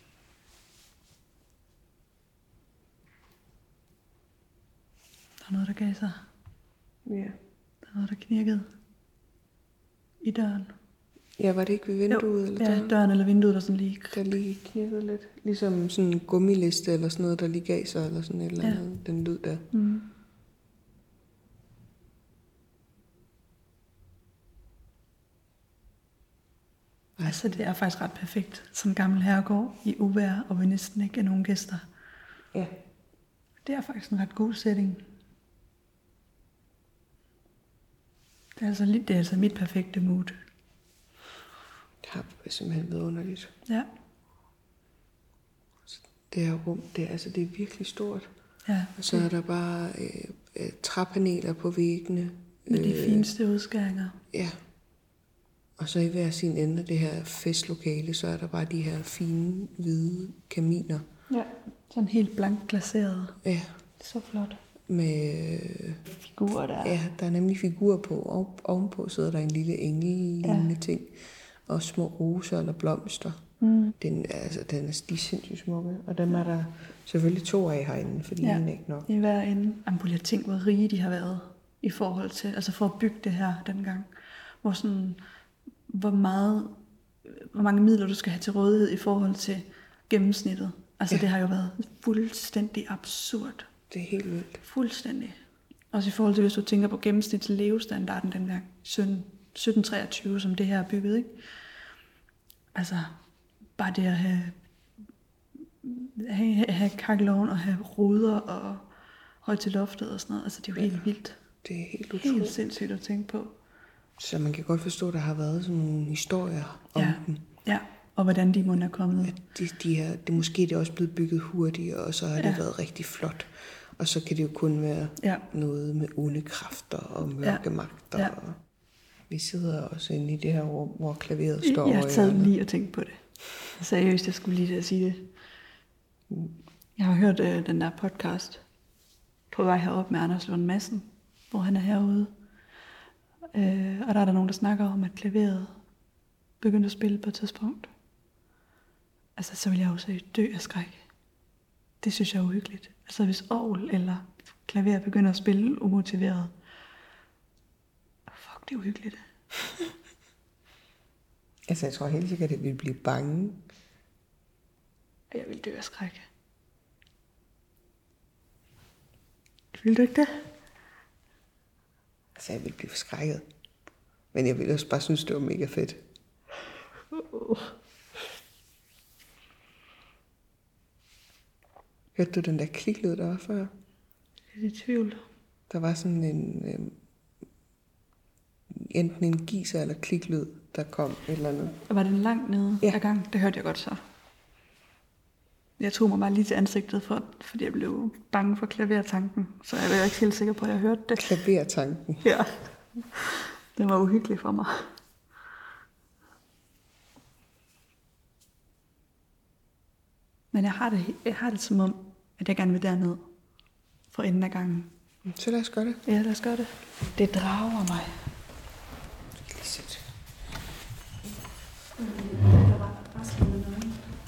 A: Der er noget, der gav sig.
B: Ja.
A: Der er noget, der knirkede i døren.
B: Ja, var det ikke ved vinduet? Eller
A: ja,
B: der,
A: døren eller vinduet, der sådan lige...
B: der lige knirkede lidt? Ligesom sådan en gummiliste eller sådan noget, der lige gav sig, eller sådan et eller
A: Ja.
B: andet. Den lyd der.
A: Mm. Altså, det er faktisk ret perfekt. Sådan en gammel herregård i uvejr, og vi næsten ikke er nogen gæster.
B: Ja.
A: Det er faktisk en ret god setting. Det er altså, li- det er altså mit perfekte mood.
B: Det har simpelthen været underligt.
A: Ja,
B: Det her rum, det er, altså, det er virkelig stort.
A: ja.
B: Og så er der bare øh, øh, træpaneler på væggene.
A: Med de
B: Øh,
A: fineste udskæringer.
B: Ja. Og så i hver sin ende af det her festlokale, så er der bare de her fine, hvide kaminer.
A: Ja. Sådan helt blankt glaseret.
B: Ja,
A: Så flot.
B: med... Øh,
A: Figurer der.
B: ja, der er nemlig figurer på. Og ovenpå sidder der en lille engel-lignende ja. ting. Og små roser eller blomster.
A: Mm.
B: Den, altså, den er, de er sindssygt smukke. Og dem er der selvfølgelig to af herinde, fordi
A: Ja.
B: ja. en er ikke nok.
A: I hver ende. Jamen, prøv lige at tænke, hvor rige de har været i forhold til, altså for at bygge det her dengang. Hvor sådan, hvor meget, hvor mange midler du skal have til rådighed i forhold til gennemsnittet. Altså ja.
B: Ja.
A: Det har jo været fuldstændig absurd.
B: Det er helt vildt.
A: Fuldstændig. Også i forhold til, hvis du tænker på gennemsnitslevestandarden dengang, sytten treogtyve, som det her er bygget, ikke? Altså, bare det at have, have, have kakkelovn og have ruder og højt til loftet og sådan noget, altså det er jo ja. helt vildt.
B: Det er helt
A: Helt
B: utroligt.
A: sindssygt at tænke på.
B: Så man kan godt forstå, at der har været sådan nogle historier om
A: Ja.
B: dem.
A: Ja, og hvordan de måtte er kommet.
B: At de, de her, det måske det er også blevet bygget hurtigere, og så har det
A: Ja.
B: været rigtig flot. Og så kan det jo kun være
A: Ja.
B: noget med onde kræfter og mørke
A: Ja.
B: magter.
A: Ja.
B: Og vi sidder også inde i det her rum, hvor klaveret står
A: Jeg har
B: over
A: taget
B: hjørnet.
A: lige og tænkt på det. Seriøst, jeg skulle lige til at sige det. Jeg har hørt øh, den der podcast på vej herop med Anders Lund Madsen, hvor han er herude. Øh, og der er der nogen, der snakker om, at klaveret begyndte at spille på et tidspunkt. Altså, så vil jeg jo så dø af skræk. Det synes jeg er uhyggeligt. Altså, hvis orgel eller klaver begynder at spille umotiveret. Fuck, det er uhyggeligt.
B: Altså, jeg tror helt sikkert, at vi bliver bange.
A: Jeg vil dø af skræk. Vil du ikke det?
B: Altså, jeg vil blive forskrækket. Men jeg ville også bare synes, det var mega fedt.
A: Uh.
B: Hørte du den der kliklyd, der var før?
A: Jeg er i tvivl.
B: Der var sådan en... Øh, enten en giser eller kliklyd, der kom et eller andet.
A: Og var den langt nede
B: Ja.
A: ad gang? Det hørte jeg godt så. Jeg tog mig bare lige til ansigtet, for, fordi jeg blev bange for klavertanken. Så jeg var ikke helt sikker på, at jeg hørte det.
B: Klavertanken.
A: Ja. Det var uhyggeligt for mig. Men jeg har det, jeg har det som om, at jeg gerne vil derned. For enden af gangen.
B: Så lad os gøre det.
A: Ja, lad os gøre det. Det drager mig.
B: Lige sæt.
A: Der var bare slået noget.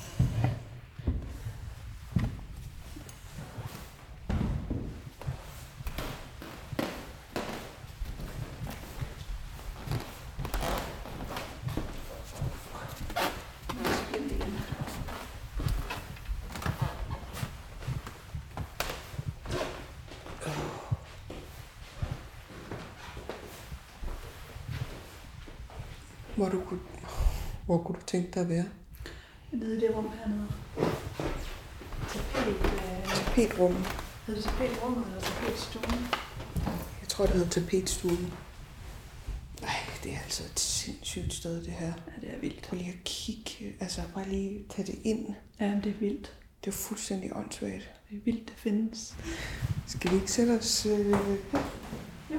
B: Hvor, du kunne, hvor kunne du tænke dig at være?
A: Nede i det rum hernede. Tapet, øh,
B: Tapetrum.
A: hedder det tapetrummet eller tapetstuen?
B: Jeg tror, det hedder tapetstuen. Nej, det er altså et sindssygt sted, det her.
A: Ja, det er vildt.
B: Prøv lige at kigge, altså bare lige tage det ind.
A: Ja, men det er vildt.
B: Det er fuldstændig åndssvagt.
A: Det er vildt, det findes.
B: Skal vi ikke sætte os øh, her?
A: Ja.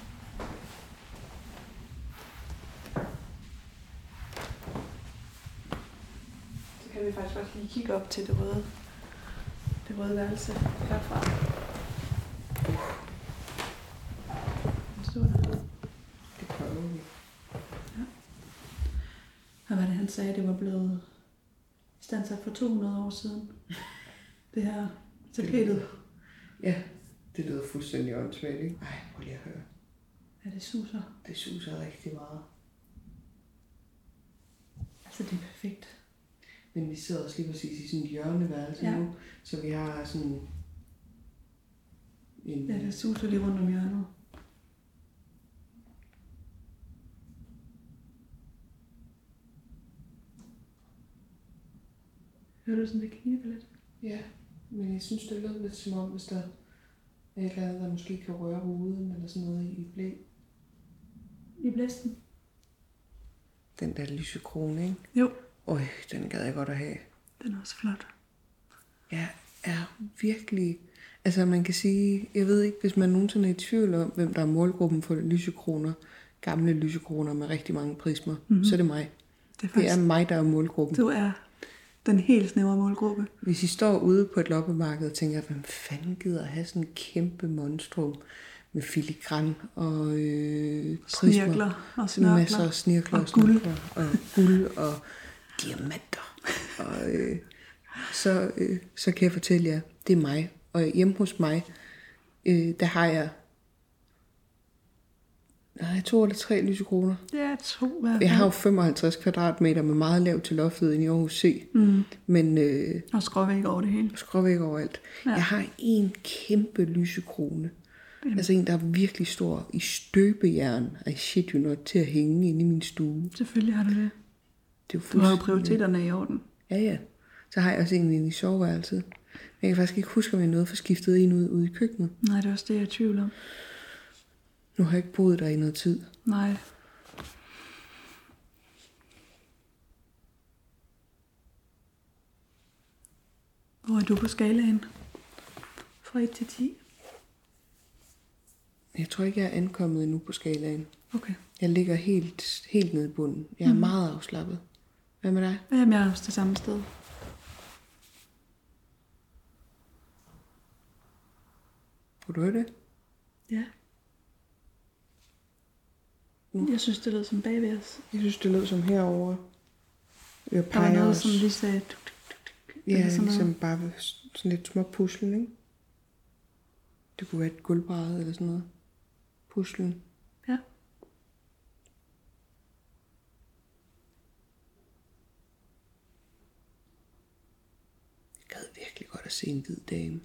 A: Så kan vi faktisk også lige kigge op til det røde, det røde værelse herfra. Hvad stod der?
B: Det prøver vi.
A: Hvad var det, han sagde, det var blevet standsat for to hundrede år siden? Det her tapetet.
B: Ja, det lyder fuldstændig åndssvagt, ikke? Ej, prøv lige at høre.
A: Ja, det suser.
B: Det suser rigtig meget.
A: Altså, det er perfekt.
B: Men vi sidder også lige præcis i sådan et hjørneværelse
A: Ja.
B: nu, så vi har sådan en...
A: Ja, det suser lige rundt om hjørnet. Hører du sådan, det kniber lidt?
B: Ja, men jeg synes, det lyder lidt som om, hvis der er et eller andet, der måske kan røre ruden eller sådan noget i blæ.
A: I blæsten?
B: Den der lysekrone, ikke?
A: Jo,
B: Øj, den gad jeg godt at have.
A: den er også flot.
B: Jeg er virkelig... Altså man kan sige, jeg ved ikke, hvis man nogensinde er i tvivl om, hvem der er målgruppen for lysekroner, gamle lysekroner med rigtig mange prismer, mm-hmm. så er det mig.
A: Det er,
B: Det
A: faktisk,
B: er mig, der er målgruppen.
A: du er den helt snævre målgruppe.
B: Hvis I står ude på et loppemarked og tænker, hvem fanden gider at have sådan en kæmpe monstrum med filigran og øh, prismer,
A: Snirkler og snørkler.
B: masser af snirkler og,
A: og guld.
B: snørkler og guld og diamanter. Og, øh, så, øh, så kan jeg fortælle jer, det er mig. Og hjemme hos mig, øh, der har jeg nej, to eller tre lysekroner.
A: Det er to hver.
B: Jeg har jo femoghalvtreds kvadratmeter med meget lavt til loftet inde i Aarhus C. Mm. Men øh,
A: Og skråvæg over det hele.
B: skråvæg overalt.
A: Ja.
B: Ja. Jeg har en kæmpe lysekrone. Jamen. Altså en, der er virkelig stor i støbejern. I shit you not, til at hænge inde i min stue.
A: Selvfølgelig har du det.
B: Det er
A: Du har jo
B: fuldstændig-
A: prioriteterne i orden.
B: Ja, ja. Så har jeg også en inde i soveværelset. Men jeg kan faktisk ikke huske, om jeg nåede for skiftet en ud ude i køkkenet.
A: Nej, det er også det, jeg er i tvivl om.
B: Nu har jeg ikke boet der i noget tid.
A: Nej. Hvor er du på skalaen? Fra et til ti?
B: Jeg tror ikke, jeg er ankommet endnu på skalaen.
A: Okay.
B: Jeg ligger helt, helt nede i bunden. Jeg er mm. meget afslappet. Hvad med dig?
A: Jamen, jeg er også det samme sted.
B: du høre det?
A: Ja.
B: Mm.
A: Jeg synes, det lød som bagved os.
B: Jeg synes, det lød som herovre. Jeg
A: Der var
B: peger
A: noget,
B: også.
A: som lige sagde... Tuk, tuk, tuk, tuk.
B: Ja,
A: Eller sådan
B: ligesom
A: noget.
B: bare sådan lidt små puslen, ikke? Det kunne være et gulvbræde eller sådan noget. Puslen.
A: Ja.
B: Jeg gad virkelig godt at se en hvid dame.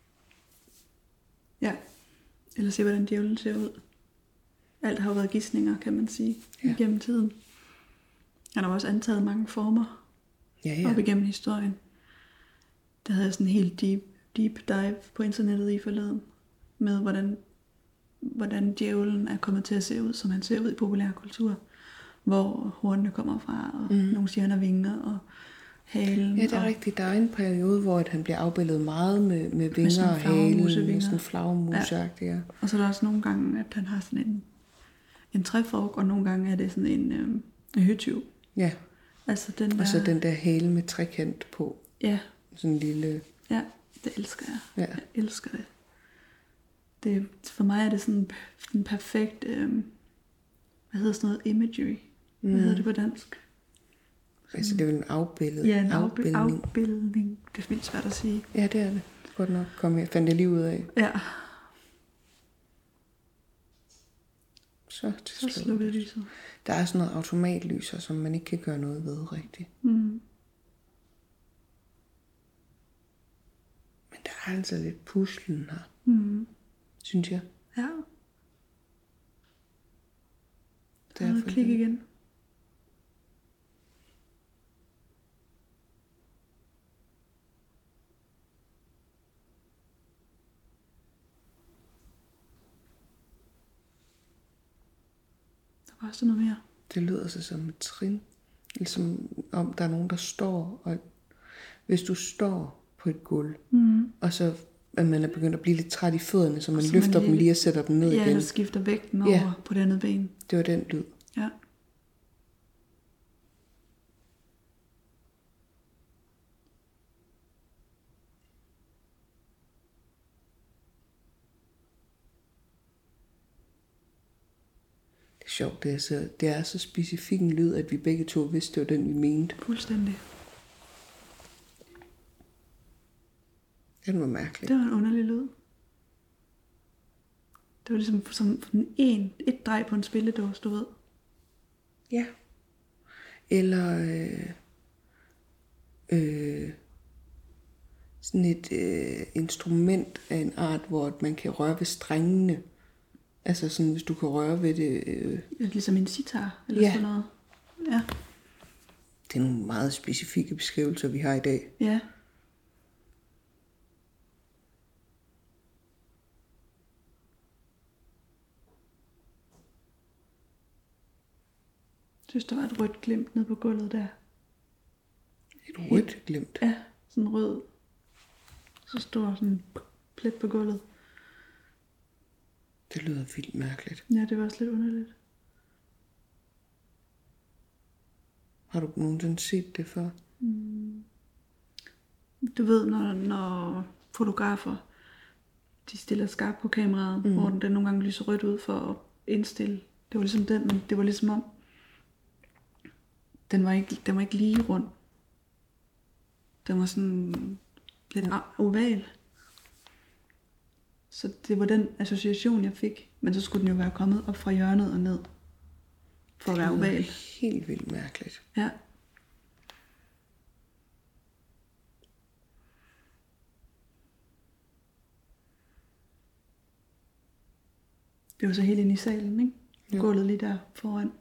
A: Ja. Eller se, hvordan djævlen ser ud. Alt har jo været gidsninger, kan man sige,
B: Ja.
A: ja. Igennem tiden. Han har også antaget mange former
B: Ja,
A: ja.
B: ja.
A: op igennem historien. Der havde jeg sådan en helt deep, deep dive på internettet i forleden. Med hvordan, hvordan djævlen er kommet til at se ud, som han ser ud i populærkultur. Hvor hornene kommer fra, og mm. nogle siger, han har vinger, og halen.
B: Ja, det er
A: og,
B: rigtigt. Der er en periode, hvor at han bliver afbildet meget med, med vinger
A: sådan
B: og halen.
A: flagermusevinger.
B: Med sådan flagmusagtigt, ja.
A: Og så er der også nogle gange, at han har sådan en, en træfork, og nogle gange er det sådan en, øh, en høtyv.
B: Ja,
A: Altså den der...
B: og så den der hale med trekant på.
A: Ja,
B: Sådan en lille...
A: ja, det elsker jeg.
B: Ja.
A: Jeg elsker det. det. For mig er det sådan en perfekt, øh, hvad hedder sådan noget, imagery. Hvad
B: Mhm.
A: hedder det på dansk?
B: Altså, det er jo en afbilled.
A: Ja, en
B: afbildning.
A: afbildning. afbildning. Det er vildt svært at sige.
B: Ja, det er det. Godt nok. Kom her. Fandt jeg lige ud af.
A: Ja,
B: Så til
A: så
B: slut.
A: slukkede lyset.
B: Der er sådan noget automatlyser, som man ikke kan gøre noget ved rigtigt.
A: Mm.
B: Men der er altså lidt puslen her,
A: Mm.
B: synes jeg.
A: Ja,
B: Det er
A: så
B: for
A: klik
B: det.
A: igen. Der var også noget mere.
B: Det lyder så som et trin. Ligesom om der er nogen, der står. Og hvis du står på et gulv,
A: Mm.
B: og så at man er begyndt at blive lidt træt i fødderne, så man
A: Så man
B: løfter dem
A: lige-
B: lige og sætter dem ned
A: Ja,
B: igen.
A: eller skifter vægten
B: Ja.
A: over på det andet ben.
B: Det var den lyd.
A: Ja.
B: Det er sjovt, det er så, det er så specifik en lyd, at vi begge to vidste, det var den, vi mente.
A: Fuldstændig.
B: Den var mærkelig.
A: Det var en underlig lyd. Det var ligesom som sådan en, et drej på en spilledås, du ved.
B: Ja. Eller øh, øh, sådan et øh, instrument af en art, hvor man kan røre ved strengene. Altså sådan, hvis du kan røre ved det. Øh,
A: Ligesom en sitar eller
B: Ja.
A: sådan noget. Ja.
B: det er nogle meget specifikke beskrivelser, vi har i dag.
A: Ja. Jeg synes, der var et rødt glimt nede på gulvet der.
B: Et rødt glimt.
A: Ja, sådan rød. Så stor sådan en plet på gulvet.
B: Det lyder vildt mærkeligt.
A: Ja, det var også lidt underligt.
B: Har du nogensinde set det før?
A: Du ved, når, når fotografer, de stiller skarpt på kameraet, mm. hvor den, den nogle gange lyser rødt ud for at indstille. Det var ligesom den, men det var ligesom om, den var ikke, den var ikke lige rund. Den var sådan lidt oval. Så det var den association, jeg fik. Men så skulle den jo være kommet op fra hjørnet og ned. For at være
B: Det lyder
A: oval.
B: helt vildt mærkeligt.
A: Ja. Det var så helt inde i salen, ikke?
B: Ja.
A: Gulvet lige der foran.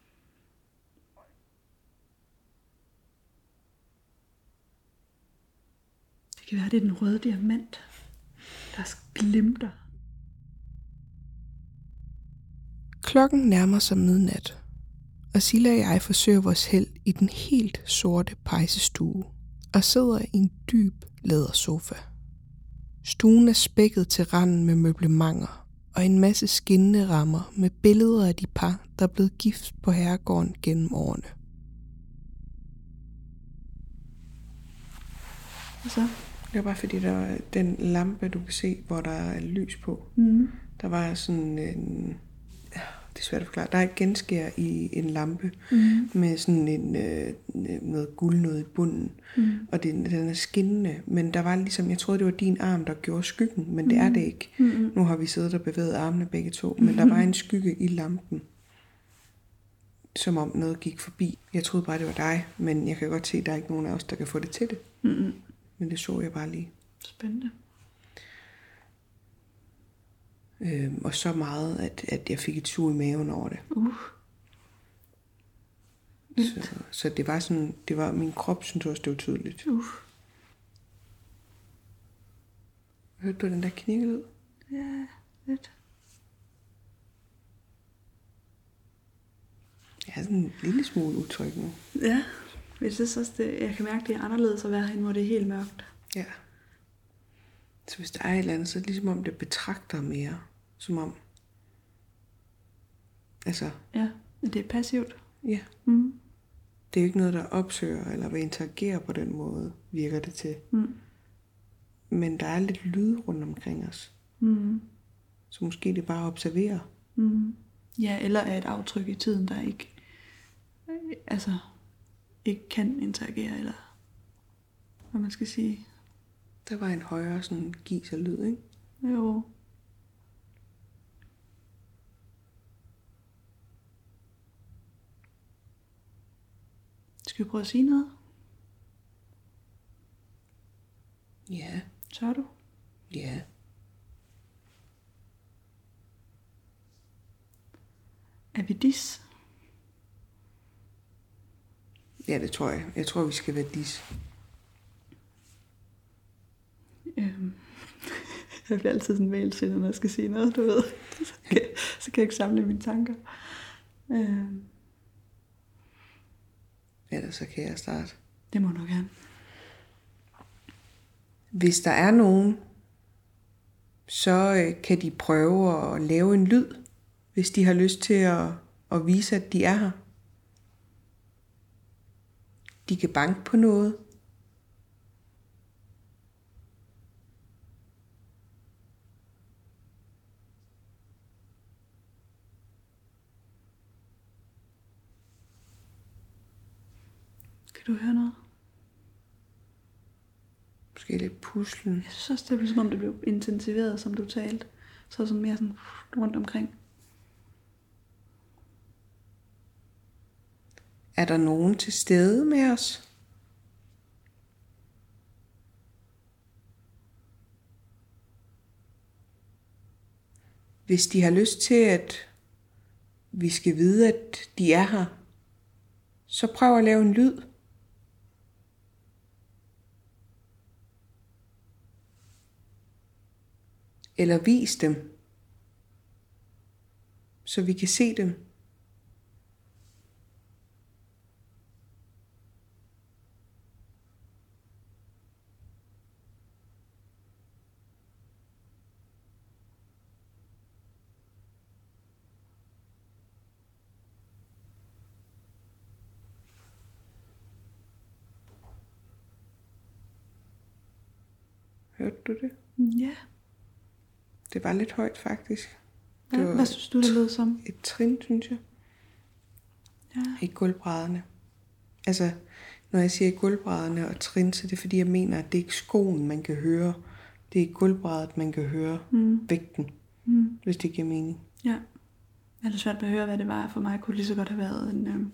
A: Det kan være, det er den røde diamant, der glimter.
D: Klokken nærmer sig midnat, og Silla og jeg forsøger vores held i den helt sorte pejsestue og sidder i en dyb lædersofa. Stuen er spækket til randen med møblementer og en masse skinnende rammer med billeder af de par, der er blevet gift på herregården gennem årene.
A: Og så?
B: Det var bare fordi, der var den lampe, du kan se, hvor der er lys på.
A: Mm.
B: Der var sådan en... Det er svært at forklare. Der er et genskær i en lampe
A: Mm.
B: med sådan en, øh, noget guld noget i bunden.
A: Mm.
B: Og den, den er skinnende. Men der var ligesom, jeg troede, det var din arm, der gjorde skyggen, men det er det ikke.
A: Mm.
B: Nu har vi siddet og bevæget armene begge to, men der var en skygge i lampen. Som om noget gik forbi. Jeg troede bare, det var dig, men jeg kan godt se, at der er ikke nogen af os, der kan få det til det.
A: Mm.
B: Men det så jeg bare lige.
A: Spændende.
B: Øhm, og så meget, at, at jeg fik et sug i maven over det.
A: Uh.
B: Så, så det var sådan, det var, min krop synes også, det var tydeligt.
A: Uh.
B: Hørte du den der knirkelyd?
A: Ja, lidt.
B: Jeg er sådan en lille smule utryg nu.
A: Ja, jeg synes også, det, jeg kan mærke, det er anderledes at være herinde, hvor det er helt mørkt.
B: Ja. Så hvis der er et eller andet, så er det ligesom om det betragter mere. Som om, altså,
A: Ja, men det er passivt.
B: ja.
A: Mm.
B: Det er jo ikke noget, der opsøger eller vil interagere på den måde, virker det til.
A: Mm.
B: Men der er lidt lyd rundt omkring os.
A: Mm.
B: Så måske det bare observerer.
A: Mm. Ja, eller er et aftryk i tiden, der ikke, øh, altså, ikke kan interagere, eller hvad man skal sige.
B: Der var en højere sådan gis og lyd, ikke?
A: Jo. Skal vi prøve at sige noget?
B: Ja.
A: Tør du?
B: Ja.
A: Er vi dis?
B: Ja, det tror jeg. Jeg tror, vi skal være dis.
A: Øhm. Jeg bliver altid sådan vælsindet, når jeg skal sige noget, du ved. Så kan, så kan jeg ikke samle mine tanker. Øhm.
B: Ellers så kan jeg starte.
A: Det må du gerne.
B: Hvis der er nogen, så kan de prøve at lave en lyd, hvis de har lyst til at, at vise, at de er her. De kan banke på noget.
A: Kan du høre noget?
B: Måske lidt puslen.
A: Jeg synes også, det blev som om det blev intensiveret, som du talte. Så sådan mere sådan rundt omkring.
B: Er der nogen til stede med os? Hvis de har lyst til, at vi skal vide, at de er her, så prøv at lave en lyd. Eller vis dem, så vi kan se dem. Hørte du det?
A: Ja.
B: Det var lidt højt faktisk.
A: Hvad,
B: Det var
A: hvad synes du, det lød som?
B: et trin, synes jeg.
A: Ja.
B: I gulvbrædderne. Altså, når jeg siger gulvbrædderne og trin, så er det fordi, jeg mener, at det er ikke skoen, man kan høre. Det er gulvbræddet, man kan høre
A: Mm.
B: vægten,
A: Mm.
B: hvis det giver mening.
A: Ja. Jeg havde svært ved at høre, hvad det var. For mig kunne det lige så godt have været en, øh,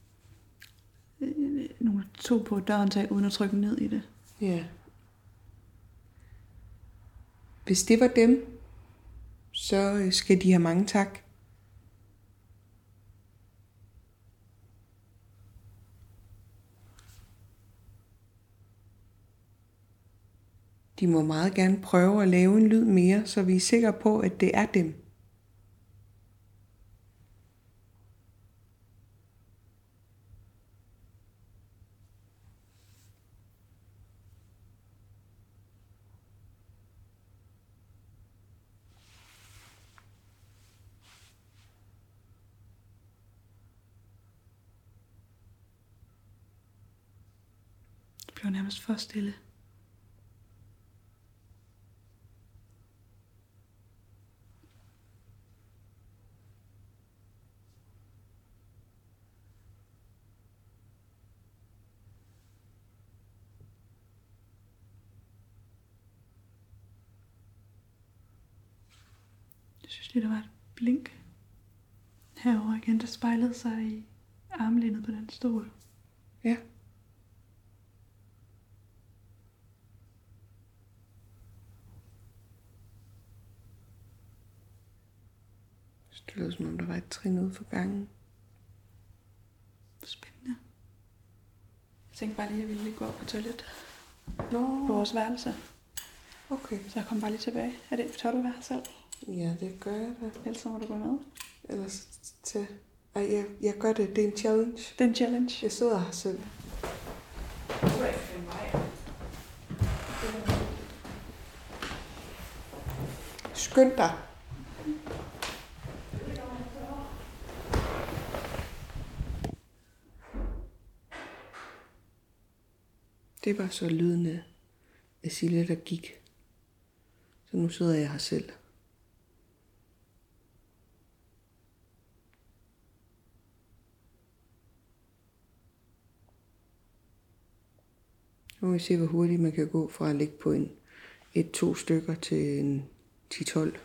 A: øh, nogle der tog på døren uden at trykke ned i det.
B: Ja. Hvis det var dem, så skal de have mange tak. De må meget gerne prøve at lave en lyd mere, så vi er sikre på, at det er dem.
A: Det blev nærmest for stille. synes lige, der var et blink herover igen, der spejlede sig i armlænet på den stol.
B: Ja. Det lød som om, der var et trin ude for gangen.
A: Spændende. Jeg tænkte bare lige, at jeg ville lige gå op på toilet
B: Nå,
A: på vores værelse.
B: okay.
A: Så jeg kom bare lige tilbage. Er det tør du være her selv?
B: Ja, det gør jeg da.
A: Ellers så må du gå med.
B: Ellers til... Ej, jeg, jeg gør det. Det er en challenge.
A: Det er en challenge.
B: Jeg sidder her selv. Skynd dig. Det var så lydende af Sille, der gik. Så nu sidder jeg her selv. Nu må vi se, hvor hurtigt man kan gå fra at ligge på en et-to stykker til en ti-tolv.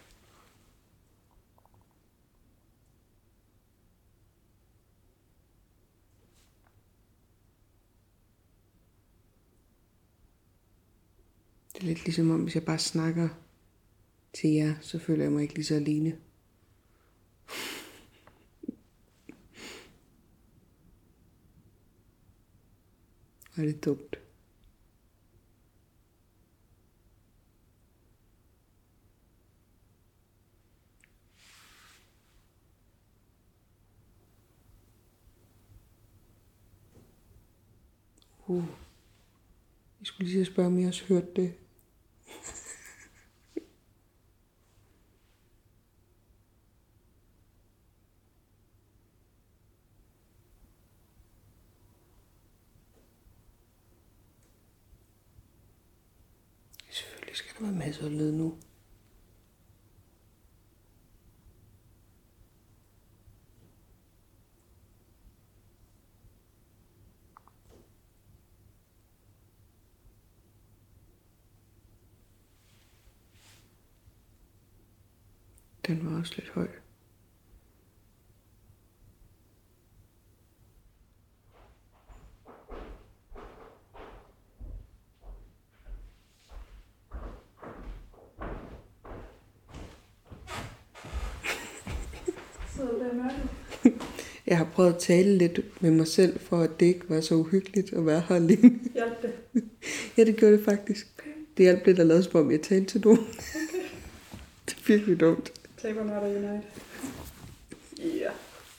B: Det er lidt ligesom om, hvis jeg bare snakker til jer, så føler jeg mig ikke lige så alene. Og det er dumt. Uh. Jeg skulle lige spørge, om I også hørte det. Selvfølgelig skal der være masser af lyd nu. Den var også lidt høj. Jeg har prøvet at tale lidt med mig selv, for at det ikke var så uhyggeligt at være her alene.
A: Hjælp det.
B: Ja, det gjorde det faktisk. Det hjalp lidt at lade som om, jeg talte til nogen. Det er virkelig dumt.
A: Taber Nørder Unite. Ja.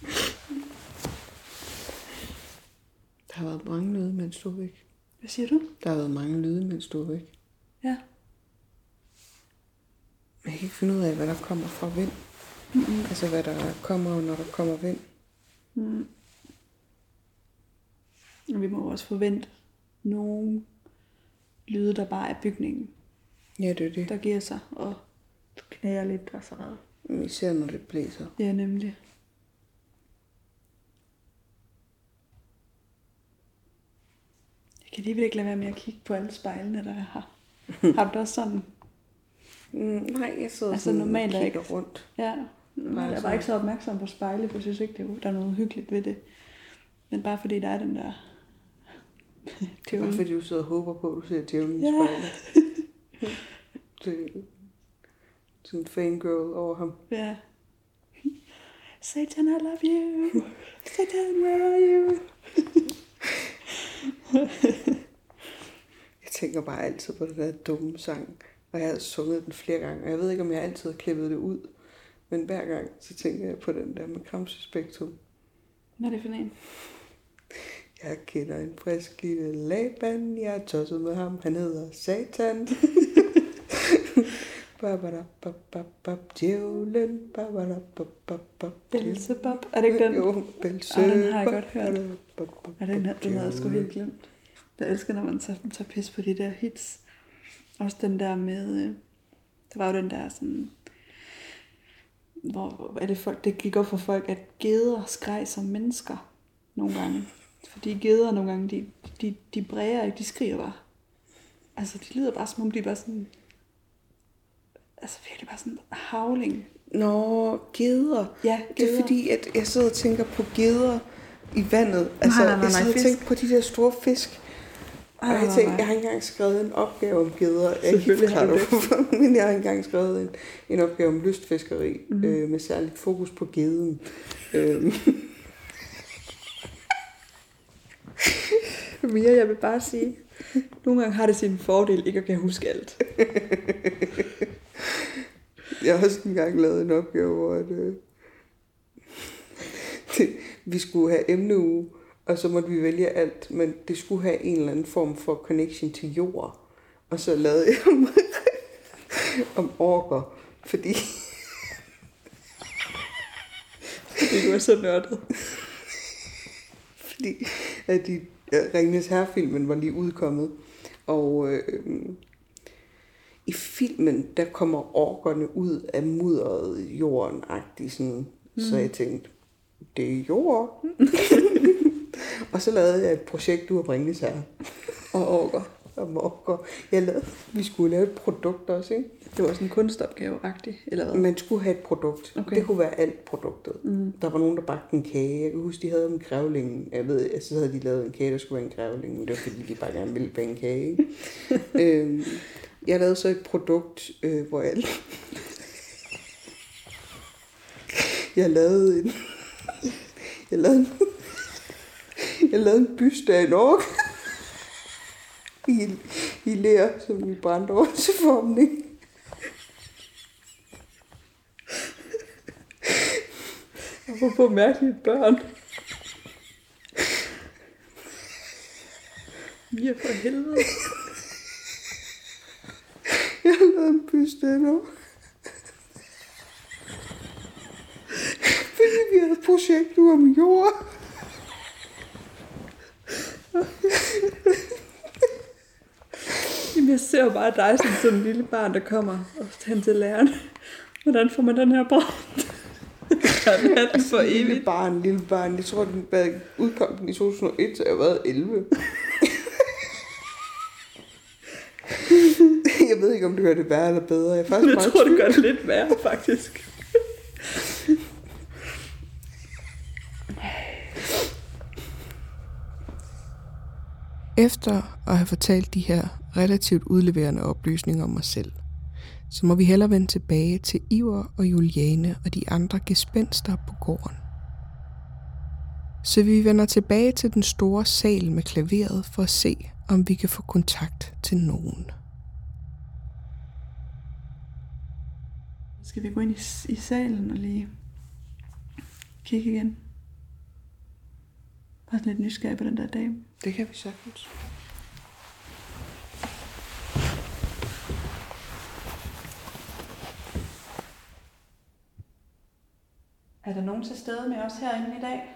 B: Der har været mange lyde, mens du var væk.
A: Hvad siger du?
B: Der har været mange lyde, mens du var væk.
A: Ja.
B: Men jeg kan ikke finde ud af, hvad der kommer fra vind. Mm-hmm. Altså, hvad der kommer, når der kommer vind.
A: Mm. Og vi må også forvente nogle lyde, der bare er bygningen,
B: Ja, det er det.
A: der giver sig, og du knæger lidt og så red.
B: Især når det blæser.
A: Ja, nemlig. Jeg kan alligevel ikke lade være med at kigge på alle spejlene, der er her. Har du det også sådan?
B: Mm, nej, jeg sidder
A: Altså,
B: sådan
A: normalt er
B: og kigger
A: ikke-
B: rundt.
A: Ja, jeg er bare ikke så opmærksom på spejle, for jeg synes ikke, det er, der er noget hyggeligt ved det. Men bare fordi der er den der...
B: Det er bare fordi, du sidder og håber på, at du ser djævlen i
A: Ja.
B: spejlet. Det er sådan en fangirl over ham.
A: Ja. Satan, I love you. Satan, where are you?
B: Jeg tænker bare altid på den der dumme sang, og jeg har sunget den flere gange, og jeg ved ikke, om jeg altid har klippet det ud, men hver gang, så tænker jeg på den der med Kramse Spektrum.
A: Hvad er det for en?
B: Jeg kender en frisk lille Laban, jeg er tosset med ham, han hedder Satan. Babadabababab, djævlen, babadabababab.
A: Belzebub. Er det ikke den?
B: Jo, Belzebub.
A: Ah, den har jeg godt hørt. Ja, den, her, den havde jeg sgu helt glemt. Jeg elsker, når man tager, tager pis på de der hits. Også den der med... Øh, der var jo den der sådan... Hvor, hvor er det, folk, det gik op for folk, at geder skreg som mennesker nogle gange. Fordi geder nogle gange, de, de, de bræger ikke, de skriger bare. Altså, de lyder bare som om, de er bare sådan... Altså virkelig bare sådan havling.
B: Nå, geder.
A: Ja,
B: Det er
A: geder.
B: fordi, at jeg sidder og tænker på geder i vandet. Altså,
A: nej, nej,
B: jeg sidder
A: nej,
B: og tænker på de der store fisk. Og
A: Ej,
B: jeg
A: nej,
B: tænkte,
A: nej.
B: jeg har ikke engang skrevet en opgave om geder. Jeg kan ikke
A: Selvfølgelig har
B: forklare
A: du
B: dig hvorfor, men jeg har engang skrevet en, en opgave om lystfiskeri, mm-hmm. øh, med særligt fokus på geden. Øhm.
A: Mia, jeg vil bare sige, nogle gange har det sin fordel ikke at kan huske alt.
B: Jeg har også engang lavet en opgave, hvor at, øh, det, vi skulle have emneuge, og så måtte vi vælge alt, men det skulle have en eller anden form for connection til jord. Og så lavede jeg om, om orker, fordi...
A: fordi du er så nørdet.
B: Fordi at de, Ringenes Herre-filmen var lige udkommet, og øh, i filmen, der kommer orkerne ud af mudderet jorden-agtigt, sådan, mm. så jeg tænkte, det er jord. Og så lavede jeg et projekt ud af Ringenes Herre.
A: Og orker.
B: Om orker. Jeg lavede, vi skulle lave et produkt også, ikke?
A: Det var sådan en kunstopgave-agtigt, eller hvad?
B: Man skulle have et produkt.
A: Okay.
B: Det kunne være alt produktet. Mm. Der var nogen, der bagte en kage. Jeg kan huske, de havde en grævling. Jeg ved, så havde de lavet en kage, der skulle være en grævling. Men det var fordi, de bare gerne ville bage en kage. øhm, jeg lavede så et produkt, øh, hvor jeg... jeg lavede en... jeg lavede en... jeg lavede en byste af en ork. I, i lær, som vi brændte over til formning.
A: Hvorfor mærkelige børn? Ja, for helvede.
B: Jeg har lavet en byste af en ork. Fordi vi havde et projekt ude om jord.
A: Jamen, jeg ser jo bare dig som sådan en lille barn, der kommer og hen til læreren. Hvordan får man den her brændt? Kan have den for evigt?
B: Lille barn, lille barn. Jeg tror, den udkom den i to tusind og et, så jeg har været elleve. Jeg ved ikke, om du gør det værre eller bedre. Jeg, er faktisk
A: Jeg
B: meget
A: tror, det
B: tvivl.
A: gør det lidt værre, faktisk.
D: Efter at have fortalt de her relativt udleverende oplysninger om mig selv, så må vi hellere vende tilbage til Iver og Juliane og de andre gespenster på gården. Så vi vender tilbage til den store sal med klaveret for at se, om vi kan få kontakt til nogen.
A: Skal vi gå ind i, i salen og lige kigge igen? Bare sådan lidt nysgerrig på den der dame.
B: Det kan vi sagtens.
A: Er der nogen til stede med os herinde i dag?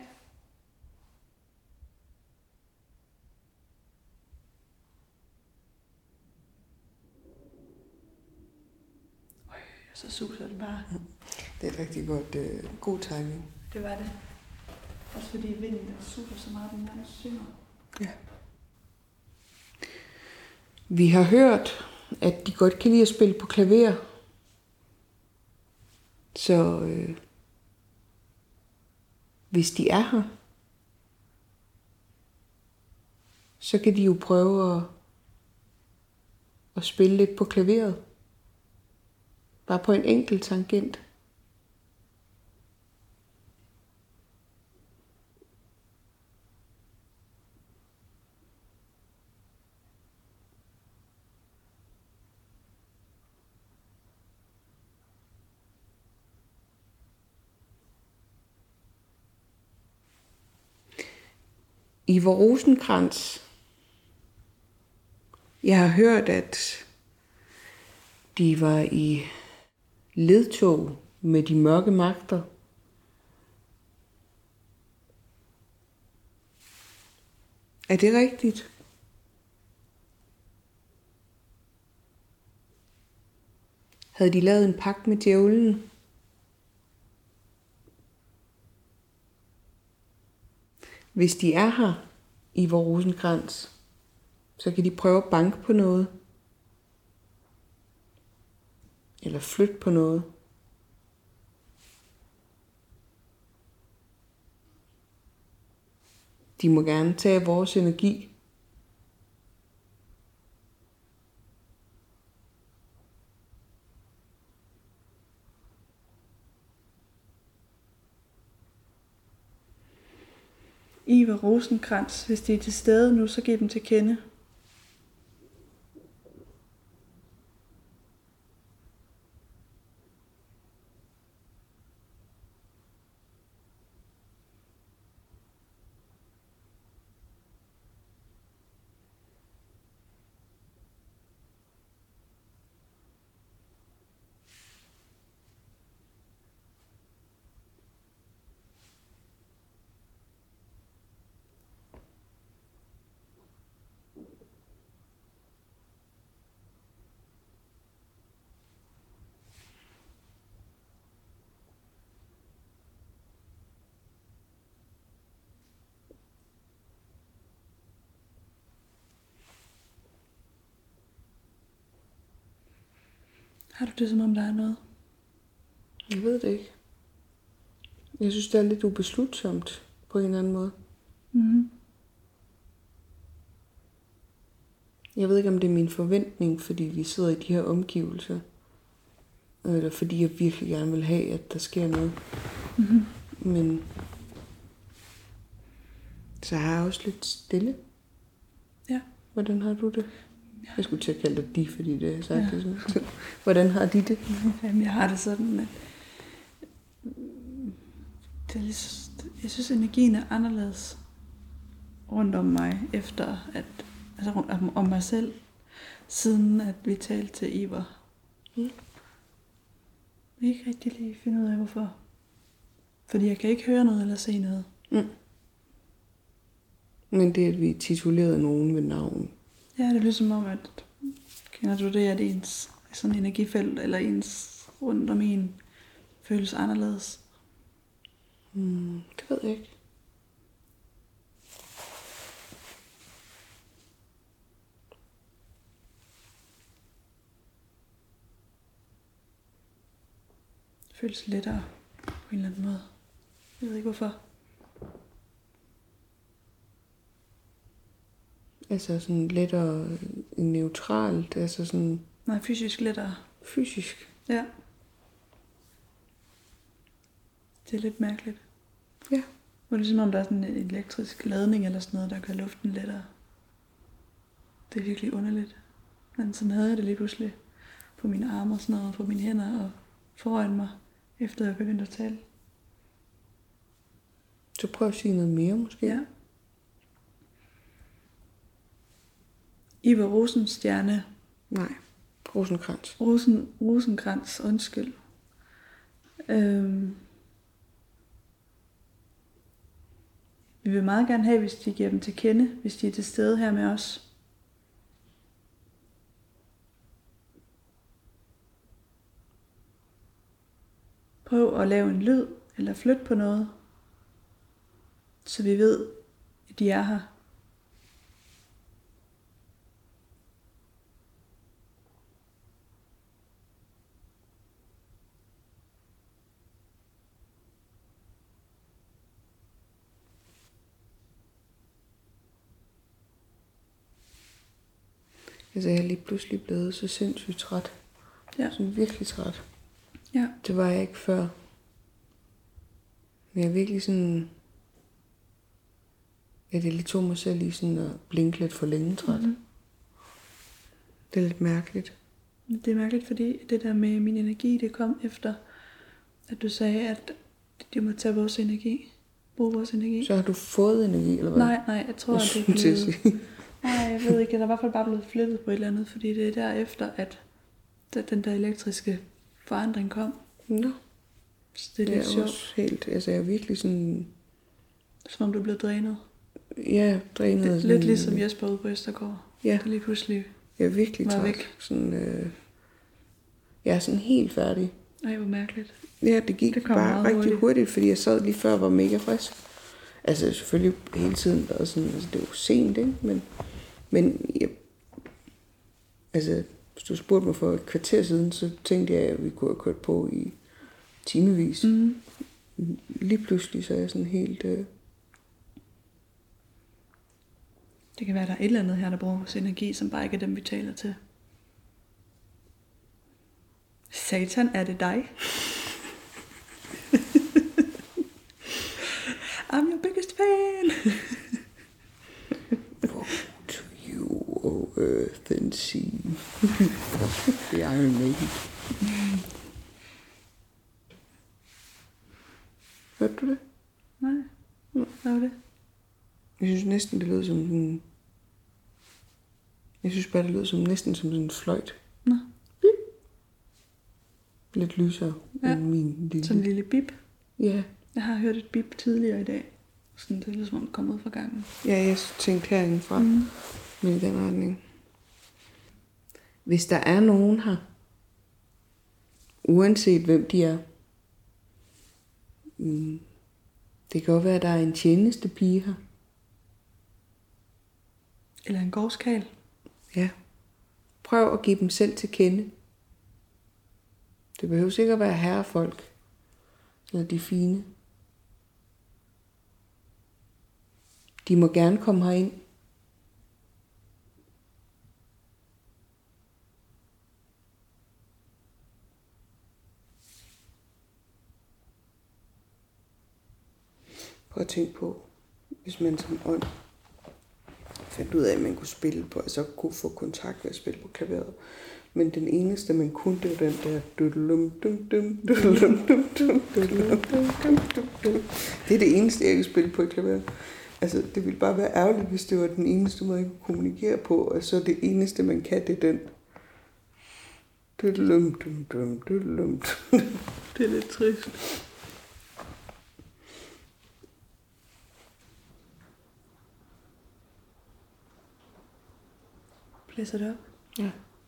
A: Øj, så suser den bare.
B: Det er et rigtig godt, uh, god timing.
A: Det var det. Også fordi vinden den suser så meget, den nærmest synger.
B: Ja. Vi har hørt, at de godt kan lide at spille på klaver. Så øh, hvis de er her, så kan de jo prøve at, at spille lidt på klaveret. Bare på en enkelt tangent. Iver Rosenkrantz. Jeg har hørt, at de var i ledtog med de mørke magter. Er det rigtigt? Havde de lavet en pagt med djævlen? Hvis de er her, Iver Rosenkrantz, så kan de prøve at banke på noget. Eller flytte på noget. de må gerne tage vores energi.
A: Iver Rosenkrantz, hvis de er til stede nu, så giv dem til kende. Har du det, som om der er noget?
B: Jeg ved det ikke. Jeg synes, det er lidt ubeslutsomt på en eller anden måde.
A: Mm-hmm.
B: Jeg ved ikke, om det er min forventning, fordi vi sidder i de her omgivelser. Eller fordi jeg virkelig gerne vil have, at der sker noget.
A: Mm-hmm.
B: Men så har jeg også lidt stille.
A: Ja.
B: Hvordan har du det? Jeg skulle til at kalde dig de, fordi det er sagt ja. Det sådan. Hvordan har de det?
A: Jamen, jeg har det sådan, at det er lige, jeg synes, energien er anderledes rundt om mig, efter at, altså om, om mig selv, siden at vi talte til Iver.
B: Mm.
A: Jeg kan ikke rigtig lige finde ud af, hvorfor. Fordi jeg kan ikke høre noget eller se noget.
B: Mm. Men det, at vi titulerede nogen ved navn.
A: Ja, det er ligesom om, at kender du det, at ens sådan energifelt eller ens rundt om en føles anderledes?
B: Mm, det ved jeg ikke.
A: Det føles lettere på en eller anden måde. Jeg ved ikke hvorfor.
B: Altså sådan lettere neutralt, altså sådan...
A: Nej, fysisk lettere.
B: Fysisk?
A: Ja. Det er lidt mærkeligt.
B: Ja.
A: Det er ligesom om der er sådan en elektrisk ladning eller sådan noget, der gør luften lettere. Det er virkelig underligt. Men sådan havde jeg det lige pludselig på mine arme og sådan noget, på mine hænder og foran mig, efter jeg begyndte at tale.
B: Så prøv at sige noget mere måske.
A: Ja. Iver Rosenstjerne.
B: Nej, Rosenkrantz.
A: Rosen, Rosenkrantz, undskyld. Øhm. Vi vil meget gerne have, hvis de giver dem til kende, hvis de er til stede her med os. Prøv at lave en lyd, eller flyt på noget, så vi ved, at de er her.
B: Altså, jeg er lige pludselig blevet så sindssygt træt.
A: Ja.
B: Sådan virkelig træt.
A: Ja.
B: Det var jeg ikke før. Men jeg er virkelig sådan... Ja, det lige tog mig selv i sådan at blinke lidt for længe træt. Mm-hmm. Det er lidt mærkeligt.
A: Det er mærkeligt, fordi det der med min energi, det kom efter, at du sagde, at de må tage vores energi. Bruge vores energi.
B: Så har du fået energi, eller hvad?
A: Nej, nej, jeg tror,
B: jeg
A: at det er blevet... Nej, jeg ved ikke, der er i hvert fald bare blevet flyttet på et eller andet, fordi det er derefter, at den der elektriske forandring kom.
B: Nå.
A: Så det er,
B: det
A: lidt
B: er
A: sjovt.
B: også helt, altså jeg er virkelig sådan...
A: Som om du er blevet drænet.
B: Ja, drænet.
A: Det er
B: sådan,
A: lidt ligesom Jesper ude på Østergaard.
B: Ja.
A: Der lige pludselig
B: jeg er virkelig
A: var
B: træt.
A: væk.
B: Sådan, øh... Jeg er sådan helt færdig.
A: Ej, hvor mærkeligt.
B: Ja, det gik
A: det
B: bare rigtig hurtigt.
A: hurtigt.
B: hurtigt, fordi jeg sad lige før og var mega frisk. Altså selvfølgelig hele tiden, og sådan, altså, det var jo sent, ikke? Men, men jeg, altså, hvis du spurgte mig for et kvarter siden, så tænkte jeg, at vi kunne have kørt på i timevis.
A: Mm.
B: Lige pludselig så er jeg sådan helt... Øh...
A: Det kan være, der er et eller andet her, der bruger vores energi, som bare ikke er dem, vi taler til. Satan, er det dig? I'm your biggest fan.
B: Woe to you, O earth and sea. The Iron Maiden. Hørte du det?
A: Nej, hvad var det?
B: Jeg synes næsten, det lød som en... Jeg synes bare, det lød som næsten som sådan en fløjt.
A: Nå.
B: Lidt lysere
A: Ja.
B: end min lille...
A: Sådan en lille bip.
B: Ja.
A: Jeg har hørt et bip tidligere i dag. Sådan, det er ligesom om det kom ud fra gangen.
B: Ja, jeg tænkte herindefra.
A: Mm.
B: Men i den retning. Hvis der er nogen her, uanset hvem de er, mm, det kan godt være, at der er en tjenestepige her.
A: Eller en gårdskal.
B: Ja. Prøv at give dem selv til kende. Det behøver ikke at være herrefolk. Eller de fine. De må gerne komme herind. Prøv at tænke på, hvis man som ånd fandt ud af, at man kunne spille på, altså kunne få kontakt ved at spille på klaveret. Men den eneste, man kunne, det var den der... Det er det eneste, jeg kan spille på i klaveret. Altså, det ville bare være ærgerligt, hvis det var den eneste måde, jeg kunne kommunikere på, og så det eneste, man kan, det er den.
A: Det er lidt trist. Blæser det op?
B: Ja.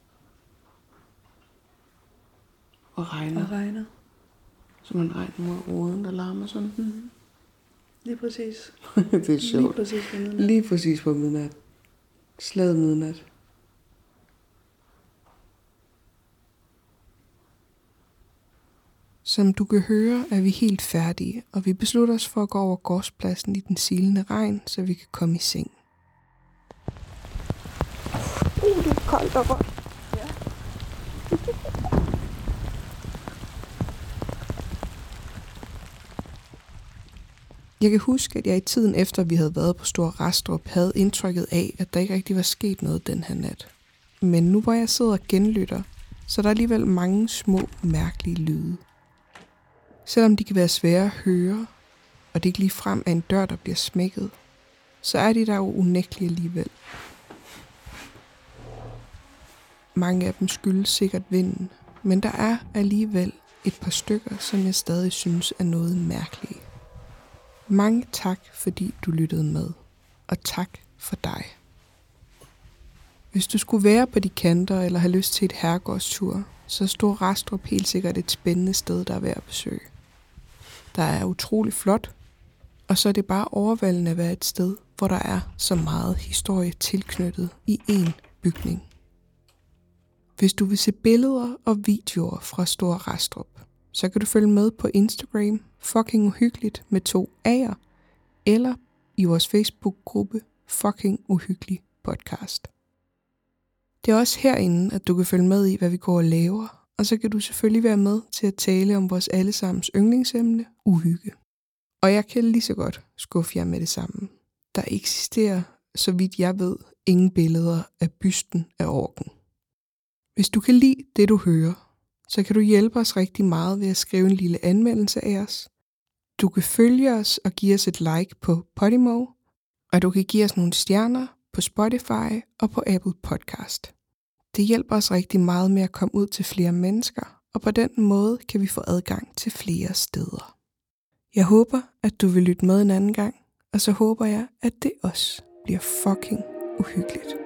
B: Og regner.
A: Og regner.
B: Så man regner mod roden, der larmer sådan.
A: Mm-hmm. Lige præcis.
B: Det er sjovt.
A: Lige præcis på midnat.
B: Lige præcis på midnat. Slaget midnat.
D: Som du kan høre, er vi helt færdige, og vi beslutter os for at gå over gårdspladsen i den silende regn, så vi kan komme i seng.
B: Uh, det er koldt og vådt.
A: Ja.
D: Jeg kan huske, at jeg i tiden efter, vi havde været på Store Rastrup, havde indtrykket af, at der ikke rigtig var sket noget den her nat. Men nu hvor jeg sidder og genlytter, så er der alligevel mange små, mærkelige lyde. Selvom de kan være svære at høre, og det ikke lige frem af en dør, der bliver smækket, så er de der jo unægtelige alligevel. Mange af dem skyldes sikkert vinden, men der er alligevel et par stykker, som jeg stadig synes er noget mærkelige. Mange tak, fordi du lyttede med, og tak for dig. Hvis du skulle være på de kanter eller have lyst til et herregårdstur, så står Rastrup helt sikkert et spændende sted, der er værd at besøge. Der er utrolig flot, og så er det bare overvældende at være et sted, hvor der er så meget historie tilknyttet i én bygning. Hvis du vil se billeder og videoer fra Store Rastrup, så kan du følge med på Instagram, Fucking Uhyggeligt med to A'er, eller i vores Facebook-gruppe Fucking Uhyggelig Podcast. Det er også herinde, at du kan følge med i, hvad vi går og laver, og så kan du selvfølgelig være med til at tale om vores allesammens yndlingsemne, uhygge. Og jeg kan lige så godt skuffe jer med det samme. Der eksisterer, så vidt jeg ved, ingen billeder af bysten af orken. Hvis du kan lide det, du hører, så kan du hjælpe os rigtig meget ved at skrive en lille anmeldelse af os. Du kan følge os og give os et like på Podimo, og du kan give os nogle stjerner på Spotify og på Apple Podcast. Det hjælper os rigtig meget med at komme ud til flere mennesker, og på den måde kan vi få adgang til flere steder. Jeg håber, at du vil lytte med en anden gang, og så håber jeg, at det også bliver fucking uhyggeligt.